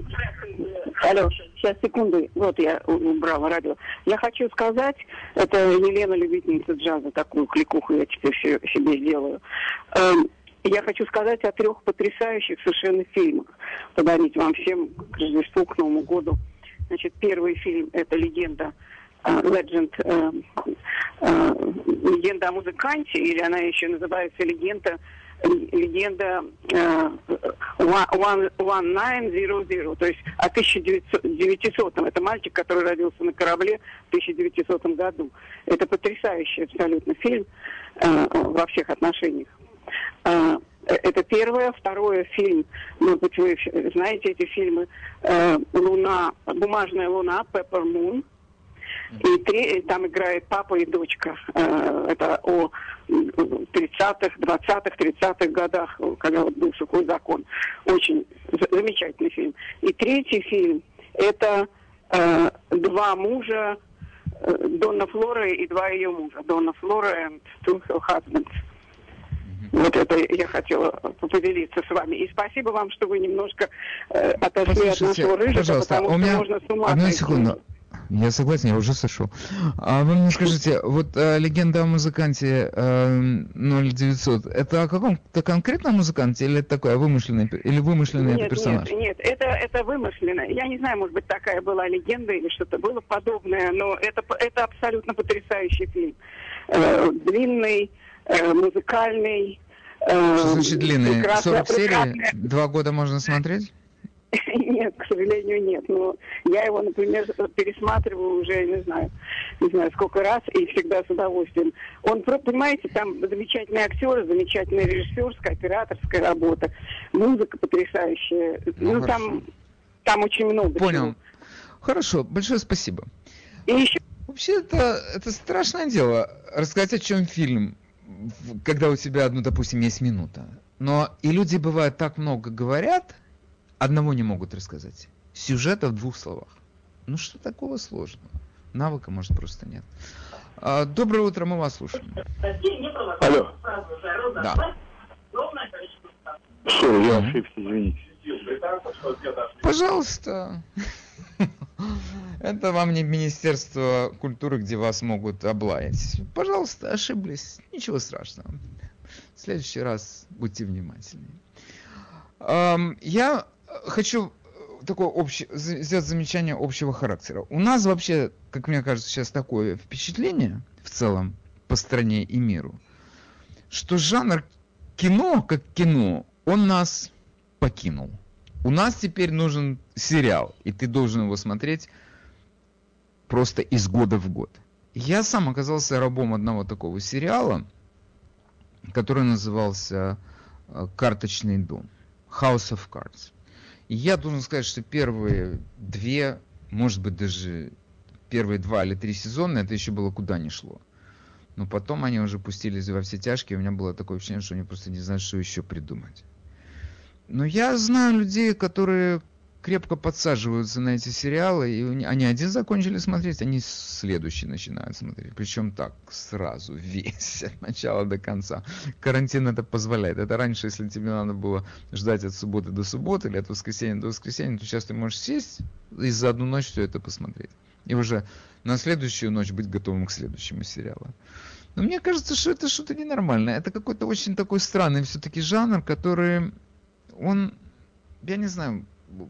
Алло, сейчас, секунду. Вот я убрала радио. Я хочу сказать, это Елена, любительница джаза, такую кликуху я теперь себе сделаю. Я хочу сказать о 3 потрясающих совершенно фильмах. Подарить вам всем к Рождеству, к Новому году. Значит, первый фильм – это «Легенда», легенда о музыканте, или она еще называется «Легенда 1900», то есть о 1900-м. Это мальчик, который родился на корабле в 1900 году. Это потрясающий абсолютно фильм во всех отношениях. Это первое. Второе, фильм, может быть, вы знаете эти фильмы, «Луна», «Бумажная луна», «Pepper Moon». И там играет папа и дочка. Это о 30-х, 20-х, 30-х годах, когда вот был сухой закон. Очень замечательный фильм. И третий фильм – это 2 мужа, Донна Флора и 2 ее мужа. Донна Флора and 2 her husbands. Вот это я хотела поделиться с вами. И спасибо вам, что вы немножко отошли от нашего рыжика, потому что можно с ума одну сойти. секунду. Я согласен, я уже сошел. А вы мне скажите, вот «Легенда о музыканте» 0900, это о каком-то конкретном музыканте или это такое вымышленный персонаж? Нет, это вымышленно. Я не знаю, может быть, такая была легенда или что-то было подобное, но это абсолютно потрясающий фильм. Длинный, музыкальный. Что значит длинный? 40 серий? 2 года можно смотреть? Нет, к сожалению, нет. Но я его, например, пересматриваю уже, не знаю сколько раз, и всегда с удовольствием. Он, понимаете, там замечательные актеры, замечательная режиссерская, операторская работа, музыка потрясающая. Ну там очень много. Понял. Чего. Хорошо, большое спасибо. И еще... Вообще, это страшное дело, рассказать, о чем фильм, когда у тебя, допустим, есть минута. Но и люди, бывает, так много говорят, одного не могут рассказать. Сюжета в 2 словах. Ну что такого сложного? Навыка, может, просто нет. Доброе утро, мы вас слушаем. Алло. Да. Что, я ошибся, извините. Пожалуйста. Это вам не Министерство культуры, где вас могут облаять. Пожалуйста, ошиблись. Ничего страшного. В следующий раз будьте внимательнее. Я хочу такое сделать замечание общего характера. У нас вообще, как мне кажется, сейчас такое впечатление в целом по стране и миру, что жанр кино, как кино, он нас покинул. У нас теперь нужен сериал, и ты должен его смотреть просто из года в год. Я сам оказался рабом одного такого сериала, который назывался «Карточный дом». House of Cards. И я должен сказать, что первые 2, может быть даже первые 2 или 3 сезона, это еще было куда ни шло. Но потом они уже пустились во все тяжкие, у меня было такое ощущение, что они просто не знают, что еще придумать. Но я знаю людей, которые крепко подсаживаются на эти сериалы, и они один закончили смотреть, они следующий начинают смотреть. Причем так, сразу, весь, от начала до конца. Карантин это позволяет. Это раньше, если тебе надо было ждать от субботы до субботы, или от воскресенья до воскресенья, то сейчас ты можешь сесть и за одну ночь все это посмотреть. И уже на следующую ночь быть готовым к следующему сериалу. Но мне кажется, что это что-то ненормальное. Это какой-то очень такой странный все-таки жанр, который, он, я не знаю,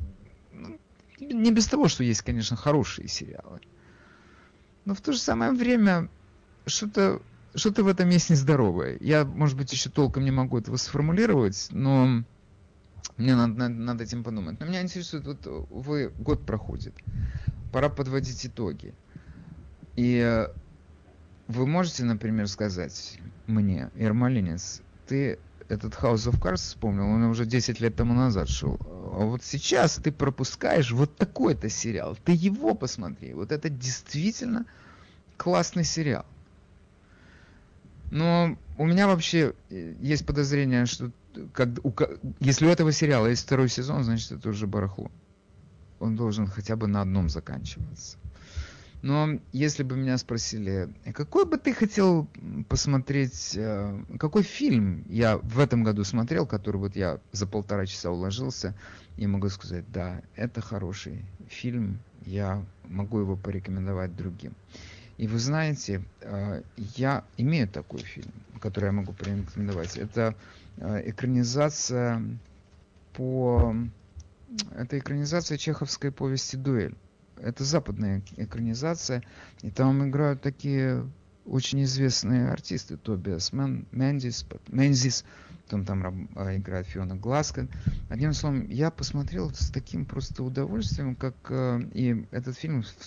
не без того, что есть, конечно, хорошие сериалы. Но в то же самое время что-то в этом есть нездоровое. Я, может быть, еще толком не могу этого сформулировать, но мне надо над этим подумать. Но меня интересует, вот год проходит. Пора подводить итоги. И вы можете, например, сказать мне, Ермолинец, ты этот House of Cards вспомнил, он уже 10 лет тому назад шел. А вот сейчас ты пропускаешь вот такой-то сериал. Ты его посмотри. Вот это действительно классный сериал. Но у меня вообще есть подозрение, что если у этого сериала есть 2-й сезон, значит это уже барахло. Он должен хотя бы на одном заканчиваться. Но если бы меня спросили, какой бы ты хотел посмотреть, какой фильм я в этом году смотрел, который вот я за 1,5 часа уложился, я могу сказать, да, это хороший фильм, я могу его порекомендовать другим. И вы знаете, я имею такой фильм. который я могу порекомендовать, это экранизация чеховской повести «Дуэль». Это западная экранизация, и там играют такие очень известные артисты. Тобиас Мензис, там играет Фиона Гласкан. Одним словом, я посмотрел с таким просто удовольствием, как и этот фильм в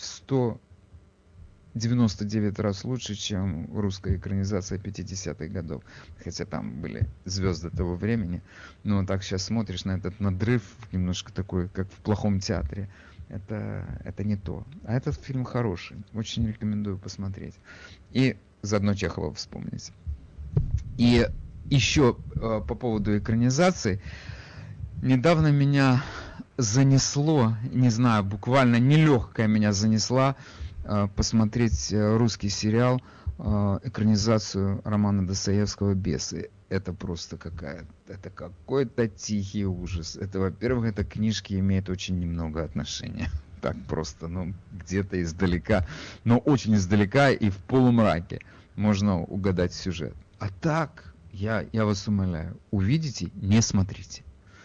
199 раз лучше, чем русская экранизация 50-х годов. Хотя там были звезды того времени. Но так сейчас смотришь на этот надрыв, немножко такой, как в плохом театре. Это не то. А этот фильм хороший. Очень рекомендую посмотреть. И заодно Чехова вспомнить. И еще по поводу экранизации. Недавно меня занесло, не знаю, буквально нелегкая меня занесла посмотреть русский сериал, экранизацию романа Достоевского «Бесы». Это просто какой-то тихий ужас. Это, во-первых, это книжки имеют очень немного отношения. Так просто, где-то издалека, но очень издалека и в полумраке можно угадать сюжет. А так, я вас умоляю, увидите, не смотрите.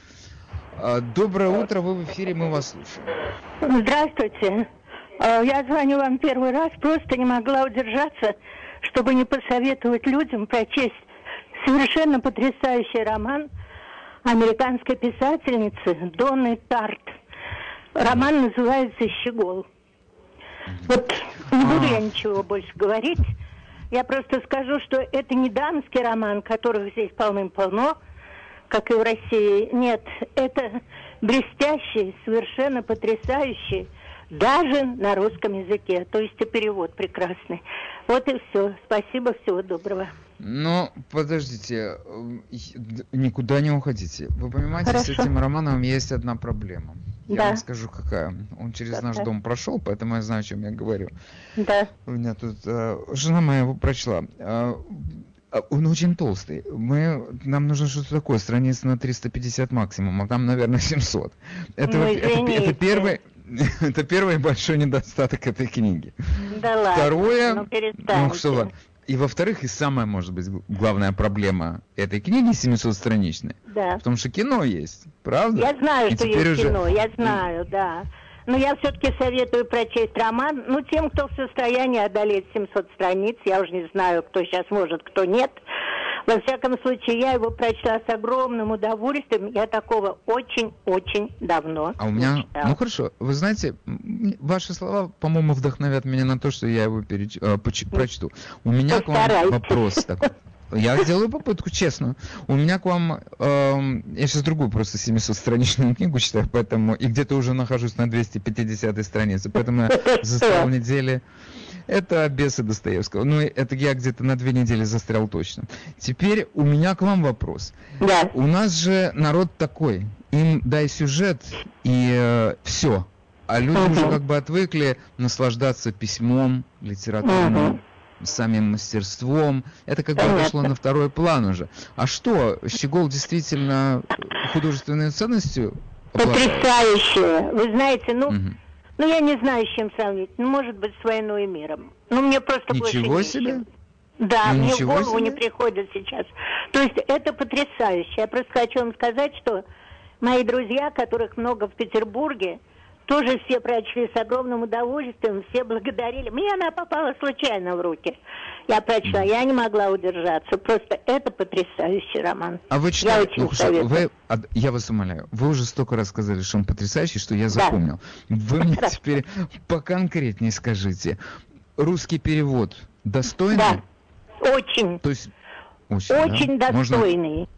Доброе утро, вы в эфире, мы вас слушаем. Здравствуйте. Я звоню вам первый раз, просто не могла удержаться, чтобы не посоветовать людям прочесть совершенно потрясающий роман американской писательницы Донны Тарт. Роман называется «Щегол». Вот не буду я ничего больше говорить. Я просто скажу, что это не дамский роман, которых здесь полным-полно, как и в России. Нет, это блестящий, совершенно потрясающий, даже на русском языке. То есть и перевод прекрасный. Вот и все. Спасибо, всего доброго. Но подождите, никуда не уходите. Вы понимаете, Хорошо. с этим романом есть одна проблема. Я Да. вам скажу, какая. Он через наш дом прошел, поэтому я знаю, о чем я говорю. Да. У меня тут жена моя его прочла. Он очень толстый. Нам нужно что-то такое, страниц на 350 максимум, а там, наверное, 700. Это первый большой недостаток этой книги. Да ладно. Второе, перестаньте. что ладно. И во-вторых, и самая, может быть, главная проблема этой книги 700-страничной, Да. в том, что кино есть, правда? Я знаю, И что теперь есть уже... кино, я знаю, да. Но я все-таки советую прочесть роман, тем, кто в состоянии одолеть 700 страниц, я уже не знаю, кто сейчас может, кто нет. Во всяком случае, я его прочла с огромным удовольствием, я такого очень-очень давно А у меня, не читала. хорошо, вы знаете, ваши слова, по-моему, вдохновят меня на то, что я его прочту. У меня к вам вопрос такой. Я сделаю попытку, честно. У меня к вам... я сейчас другую просто 700-страничную книгу читаю, поэтому... И где-то уже нахожусь на 250-й странице, поэтому я застрял недели... Это «Бесы» Достоевского. Это я где-то на 2 недели застрял точно. Теперь у меня к вам вопрос. Да. У нас же народ такой. Им дай сюжет и все. А люди уже как бы отвыкли наслаждаться письмом, литературным, самим мастерством. Это как бы пошло на второй план уже. А что, «Щегол» действительно художественной ценностью обладает? Потрясающе. Вы знаете, я не знаю, с чем сравнить. Может быть, с «Войной и миром». Мне просто Ничего больше себе? нечем. Да, мне в голову себе? не приходит сейчас. То есть это потрясающе. Я просто хочу вам сказать, что мои друзья, которых много в Петербурге, тоже все прочли с огромным удовольствием, все благодарили. Мне она попала случайно в руки. Я прочла, я не могла удержаться. Просто это потрясающий роман. А вы читали? Я очень советую. Я вас умоляю, вы уже столько раз сказали, что он потрясающий, что я запомнил. Вы мне теперь поконкретнее скажите. Русский перевод достойный? Да, очень. То есть очень достойный.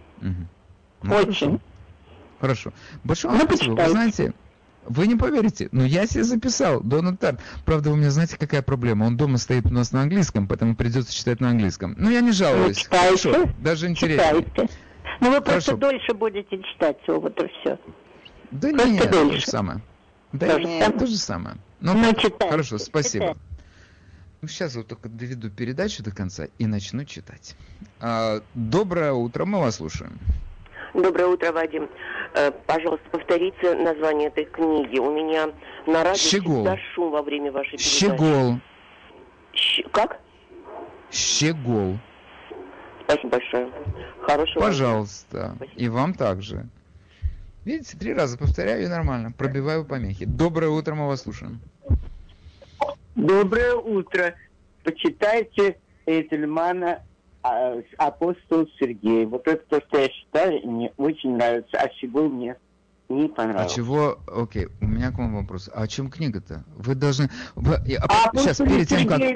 Очень. Хорошо. Большое вам спасибо. Вы знаете, вы не поверите, но я себе записал Донна Тарт. Правда, у меня знаете, какая проблема? Он дома стоит у нас на английском, поэтому придется читать на английском. Я не жалуюсь. Хорошо, даже интереснее. Вы просто дольше будете читать все, вот и все. Да нет, то же самое. Да нет, то же самое. Хорошо, спасибо. Сейчас вот только доведу передачу до конца и начну читать. Доброе утро, мы вас слушаем. Доброе утро, Вадим. Пожалуйста, повторите название этой книги. У меня на радио всегда шум во время вашей передачи. Щегол. Как? Щегол. Спасибо большое. Хорошего. Пожалуйста. И вам также. Видите, 3 раза повторяю и нормально. Пробиваю помехи. Доброе утро, мы вас слушаем. Доброе утро. Почитайте Эдельмана «Апостол Сергей». Вот это то, что я считаю, мне очень нравится. А Щегол мне не понравился. А чего? Окей, у меня к вам вопрос. А о чем книга-то? Вы должны... Сейчас, перед тем, как...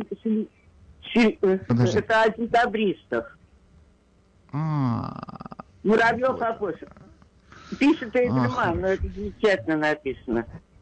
Это о декабристах. Муравьев апостол. Пишет Эдельман, но это замечательно написано.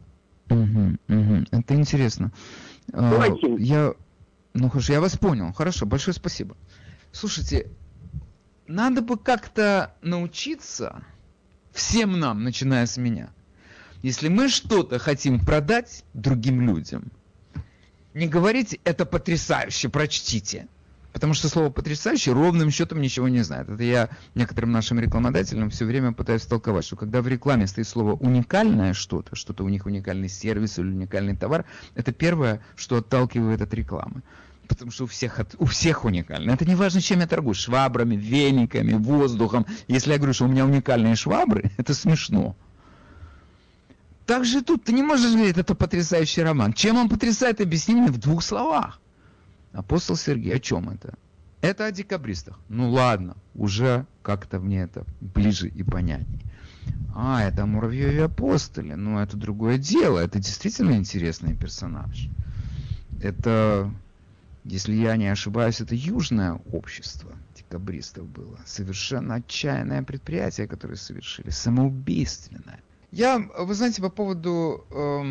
Это интересно. Очень. Ну хорошо, я вас понял. Хорошо, большое спасибо. Слушайте, надо бы как-то научиться, всем нам, начиная с меня, если мы что-то хотим продать другим людям, не говорите «это потрясающе, прочтите». Потому что слово «потрясающе» ровным счетом ничего не знает. Это я некоторым нашим рекламодателям все время пытаюсь толковать, что когда в рекламе стоит слово «уникальное» что-то у них уникальный сервис или уникальный товар, это первое, что отталкивает от рекламы. Потому что у всех уникально. Это не важно, чем я торгую. Швабрами, вениками, воздухом. Если я говорю, что у меня уникальные швабры, это смешно. Так же тут ты не можешь говорить, это потрясающий роман. Чем он потрясает, объясни мне в 2 словах. Апостол Сергей, о чем это? Это о декабристах. Ну ладно, уже как-то мне это ближе и понятнее. Это о Муравьеве апостоле. Ну, это другое дело. Это действительно интересный персонаж. Это, если я не ошибаюсь, это южное общество декабристов было. Совершенно отчаянное предприятие, которое совершили. Самоубийственное. Вы знаете, по поводу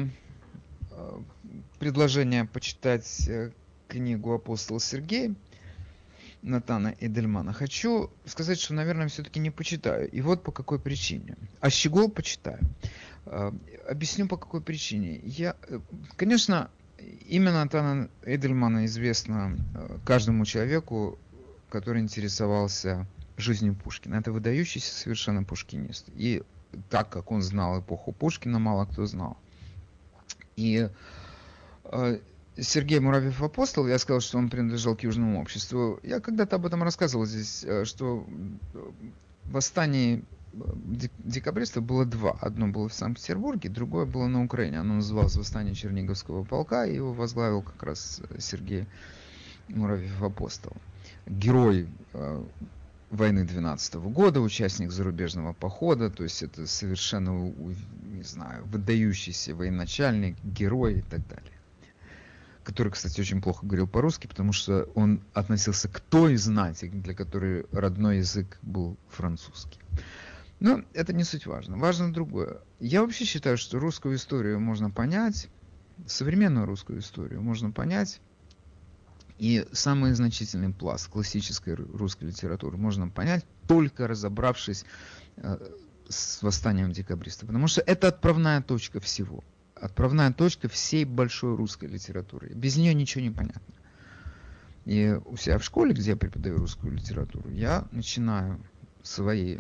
предложения почитать книгу «Апостол Сергей» Натана Эдельмана, хочу сказать, что, наверное, все-таки не почитаю. И вот по какой причине. А Щегол почитаю. Объясню, по какой причине. Конечно, имя Натана Эдельмана известно каждому человеку, который интересовался жизнью Пушкина. Это выдающийся совершенно пушкинист. И так как он знал эпоху Пушкина, мало кто знал. И Сергей Муравьев апостол, я сказал, что он принадлежал к южному обществу. Я когда-то об этом рассказывал здесь, что восстание декабристов было 2. Одно было в Санкт-Петербурге, другое было на Украине. Оно называлось «Восстание Черниговского полка», и его возглавил как раз Сергей Муравьев апостол. Герой войны 12 года, участник зарубежного похода, то есть это совершенно, не знаю, выдающийся военачальник, герой и так далее. Который, кстати, очень плохо говорил по-русски, потому что он относился к той знати, для которой родной язык был французский. Но это не суть важно. Важно другое. Я вообще считаю, что русскую историю можно понять, современную русскую историю можно понять, и самый значительный пласт классической русской литературы можно понять, только разобравшись с восстанием декабристов. Потому что это отправная точка всего. Отправная точка всей большой русской литературы. Без нее ничего не понятно. И у себя в школе, где я преподаю русскую литературу, я начинаю свои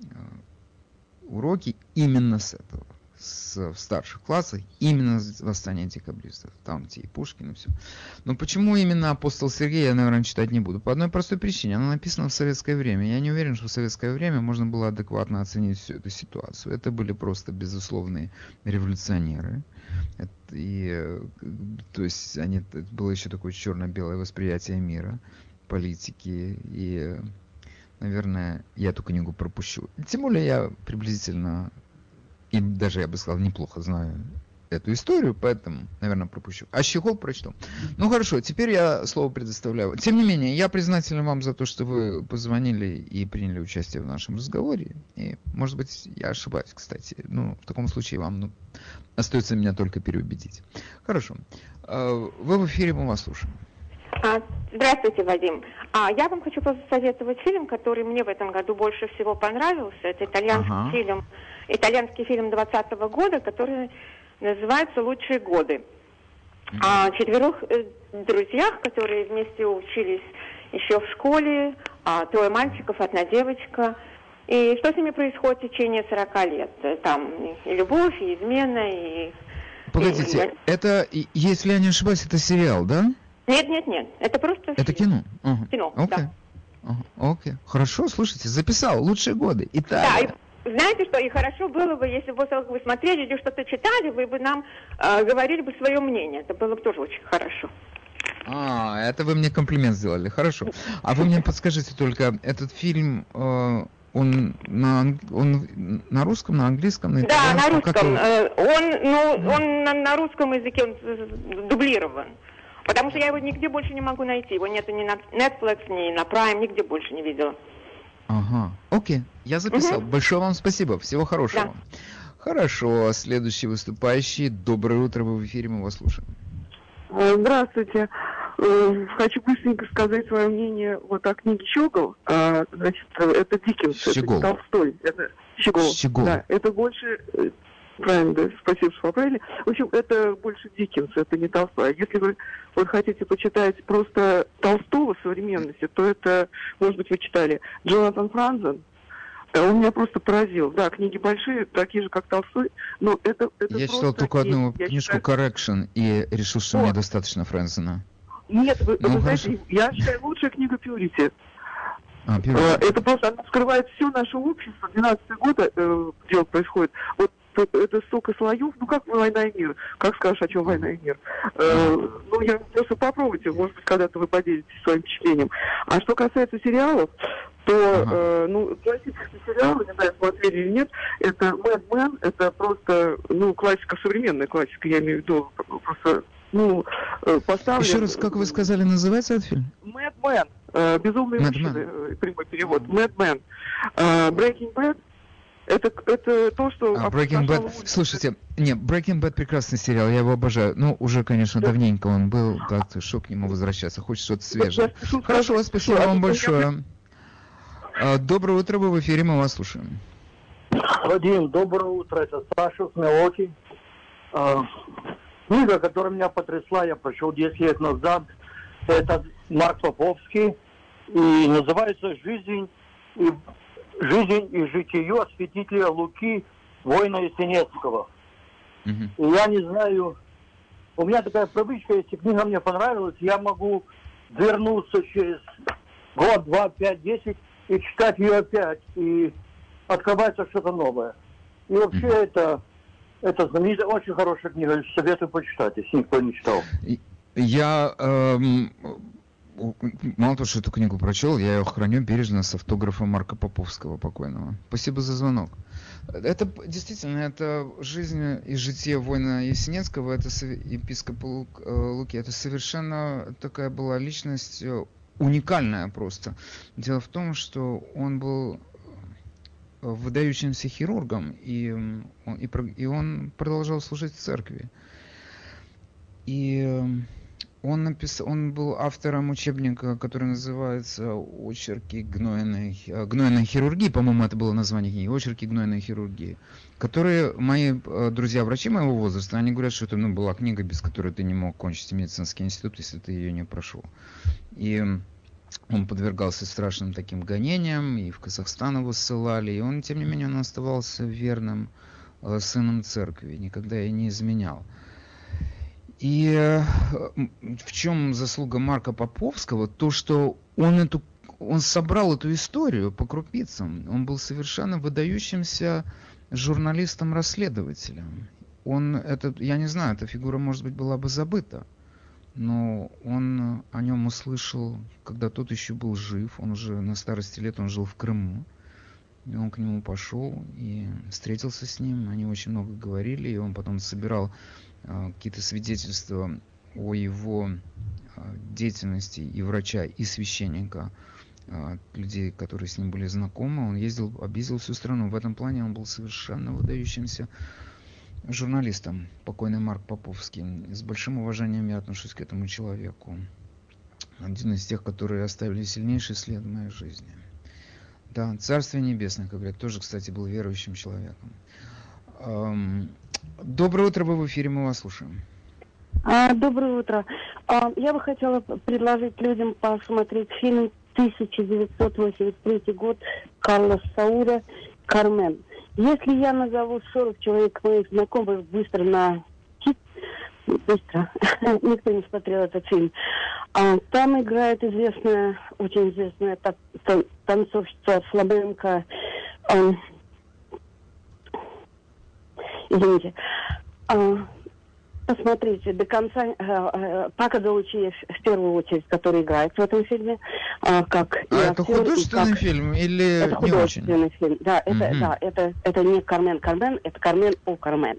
уроки именно с этого. В старших классах именно восстание декабристов. Там где и Пушкин и все. Но почему именно «Апостол Сергей» я, наверное, читать не буду? По одной простой причине. Оно написано в советское время. Я не уверен, что в советское время можно было адекватно оценить всю эту ситуацию. Это были просто безусловные революционеры. То есть это было еще такое черно-белое восприятие мира, политики. И, наверное, я эту книгу пропущу. Тем более я приблизительно... И даже, я бы сказал, неплохо знаю эту историю, поэтому, наверное, пропущу. А Щегол прочту. Ну хорошо, теперь я слово предоставляю. Тем не менее, я признателен вам за то, что вы позвонили и приняли участие в нашем разговоре. И, может быть, я ошибаюсь, кстати. Ну, в таком случае вам остается меня только переубедить. Хорошо. Вы в эфире, мы вас слушаем. Здравствуйте, Вадим. Я вам хочу посоветовать фильм, который мне в этом году больше всего понравился. Это итальянский фильм 20-го года, который называется «Лучшие годы». О 4 друзьях, которые вместе учились еще в школе, 3 мальчиков, 1 девочка. И что с ними происходит в течение 40 лет? Там и любовь, и измена, и... Погодите, это, если я не ошибаюсь, это сериал, да? Нет, это просто это кино? Кино, okay. Да. Окей. Хорошо, слушайте, записал. Лучшие годы. Италия. Да, и знаете что, и хорошо было бы, если бы вы смотрели или что-то читали, вы бы нам говорили бы свое мнение. Это было бы тоже очень хорошо. Это вы мне комплимент сделали. Хорошо. А вы мне подскажите только, этот фильм, он на русском, на английском, на итальянском? Да, на русском. Он на русском языке он дублирован. Потому что я его нигде больше не могу найти. Его нету ни на Netflix, ни на Prime, нигде больше не видела. Ага, окей, я записал. Большое вам спасибо, всего хорошего. Да. Хорошо, следующий выступающий. Доброе утро, вы в эфире, мы вас слушаем. Здравствуйте. Хочу быстренько сказать свое мнение вот о книге Щегол. Значит, это Диккенс, Щегол. Это Толстой. Это Щегол. Да, это больше... Правильно, да, спасибо, что поправили. В общем, это больше Диккенс, это не Толстой. Если вы вот хотите почитать просто Толстого современности, то это, может быть, вы читали Джонатан Франзен. Он меня просто поразил. Да, книги большие, такие же, как Толстой, но это я читал только одну книжку «Correction» и решил, что мне достаточно Фрэнсона. Нет, вы знаете, я считаю, лучшая книга «Пьюрити». Это просто, она вскрывает все наше общество. 12-й год дело происходит. Вот это столько слоев, ну как «Война и мир», как скажешь, о чем «Война и мир». Ну, я просто попробуйте, может быть, когда-то вы поделитесь своим впечатлением. А что касается сериалов, то, классические сериалы, не знаю, смотрели или нет, это «Mad Men», это просто, классика, современная классика, я имею в виду, просто, поставлен... Еще раз, как вы сказали, называется этот фильм? «Mad Men», «Безумные мужчины», прямой перевод, «Mad Men». «Breaking Bad», это то, что... Breaking Bad. Слушайте, Breaking Bad прекрасный сериал, я его обожаю. Уже, конечно, давненько он был, как-то шок к нему возвращаться, хочет что-то свежее. Хорошо, спасибо вам большое. Доброе утро, вы в эфире, мы вас слушаем. Вадим, доброе утро, это Саша с Милоки. Книга, которая меня потрясла, я прочел 10 лет назад, это Марк Поповский, и называется «Жизнь и житие святителя Луки, воина Есенинского». И я не знаю, у меня такая привычка, если книга мне понравилась, я могу вернуться через год, 2, 5, 10 и читать ее опять, и открывается что-то новое. И вообще это знаменитая, очень хорошая книга, советую почитать, если никто не читал. Я... Мало того, что эту книгу прочел, я ее храню бережно с автографом Марка Поповского покойного. Спасибо за звонок. Это действительно, это жизнь и житие воина Есенинского, это епископа Луки. Это совершенно такая была личность уникальная просто. Дело в том, что он был выдающимся хирургом, и он продолжал служить в церкви. И он был автором учебника, который называется «Очерки гнойной хирургии», по-моему, это было название книги, «Очерки гнойной хирургии», которые мои друзья-врачи моего возраста, они говорят, что это была книга, без которой ты не мог кончить медицинский институт, если ты ее не прошел. И он подвергался страшным таким гонениям, и в Казахстан его ссылали, и он, тем не менее, он оставался верным сыном церкви, никогда ей не изменял. И в чем заслуга Марка Поповского? То, что он собрал эту историю по крупицам. Он был совершенно выдающимся журналистом-расследователем. Я не знаю, эта фигура, может быть, была бы забыта. Но он о нем услышал, когда тот еще был жив. Он уже на старости лет, он жил в Крыму. И он к нему пошел и встретился с ним. Они очень много говорили, и он потом собирал какие-то свидетельства о его деятельности и врача, и священника, людей, которые с ним были знакомы. Он объездил всю страну. В этом плане он был совершенно выдающимся журналистом, покойный Марк Поповский. С большим уважением я отношусь к этому человеку. Один из тех, которые оставили сильнейший след в моей жизни. Да, Царствие Небесное, как говорят, тоже, кстати, был верующим человеком. Доброе утро, вы в эфире, мы вас слушаем. Доброе утро. Я бы хотела предложить людям посмотреть фильм 1983 год Карлос Саура «Кармен». Если я назову 40 человек моих знакомых быстро, никто не смотрел этот фильм. Там играет очень известная танцовщица фламенко, извините, посмотрите до конца. Пако де Лусия в первую очередь, который играет в этом фильме. Это художественный фильм или это не очень? Художественный фильм. Да, это не Кармен, это Кармен о Кармен.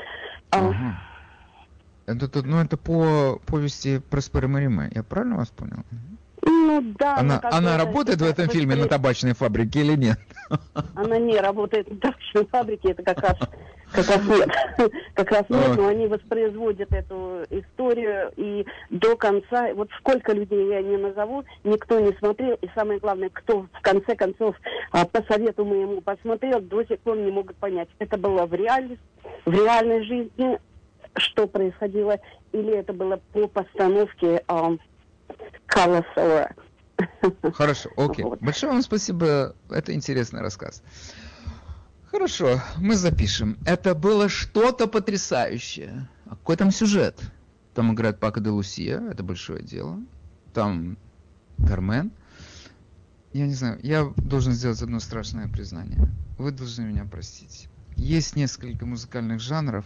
Это по повести Проспера Мериме. Я правильно вас понял? Ну да. Она работает в этом фильме на табачной фабрике или нет? Она не работает на табачной фабрике, это как раз нет. Как раз нет, но они воспроизводят эту историю и до конца, вот сколько людей я не назову, никто не смотрел, и самое главное, кто в конце концов по совету моему посмотрел, до сих пор не могут понять, это было в реальной жизни, что происходило, или это было по постановке Карла Сауэра. Хорошо, окей. Вот. Большое вам спасибо, это интересный рассказ. Хорошо, мы запишем. Это было что-то потрясающее. А какой там сюжет? Там играет Пако де Лусия, это большое дело. Там Кармен. Я не знаю, я должен сделать одно страшное признание. Вы должны меня простить. Есть несколько музыкальных жанров,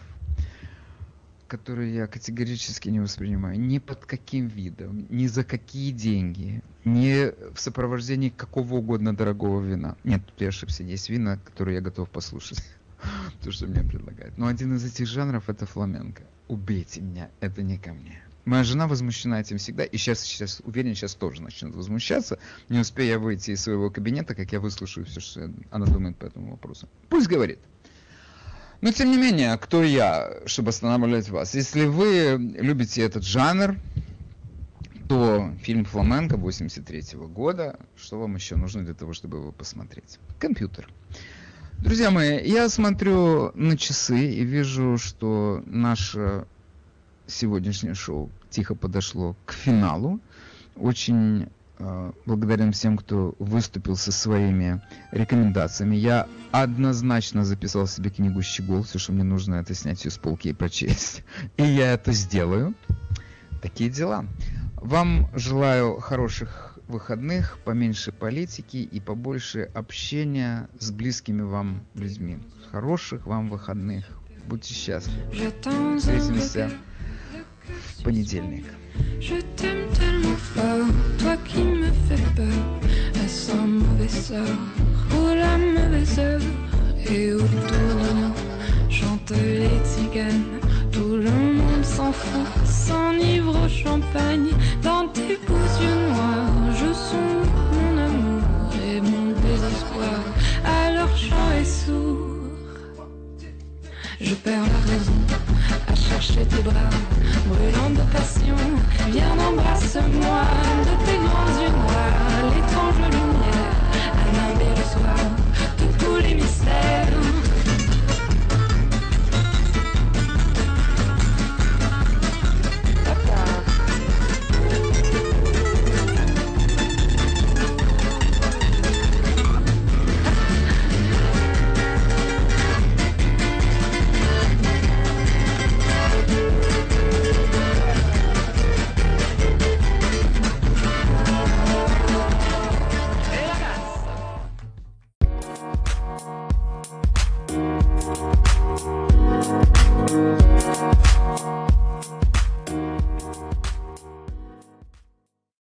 которые я категорически не воспринимаю. Ни под каким видом, ни за какие деньги, ни в сопровождении какого угодно дорогого вина. Нет, тут я ошибся. Есть вина, которые я готов послушать. То, что мне предлагают. Но один из этих жанров — это фламенко. Убейте меня, это не ко мне. Моя жена возмущена этим всегда, и сейчас уверен, сейчас тоже начнет возмущаться. Не успею я выйти из своего кабинета, как я выслушаю все, что она думает по этому вопросу. Пусть говорит. Но, тем не менее, кто я, чтобы останавливать вас? Если вы любите этот жанр, то фильм «Фламенко» 1983 года, что вам еще нужно для того, чтобы его посмотреть? Компьютер. Друзья мои, я смотрю на часы и вижу, что наше сегодняшнее шоу тихо подошло к финалу. Очень благодарен всем, кто выступил со своими рекомендациями. Я однозначно записал себе книгу «Щегол». Все, что мне нужно, это снять ее с полки и прочесть. И я это сделаю. Такие дела. Вам желаю хороших выходных, поменьше политики и побольше общения с близкими вам людьми. Хороших вам выходных. Будьте счастливы. Встретимся в понедельник. Je t'aime tellement fort, toi qui me fais peur. Est-ce un mauvais sort ou la mauvaise heure? Et autour de nous chantent les tziganes. Tout le monde s'en fout, s'enivre au champagne.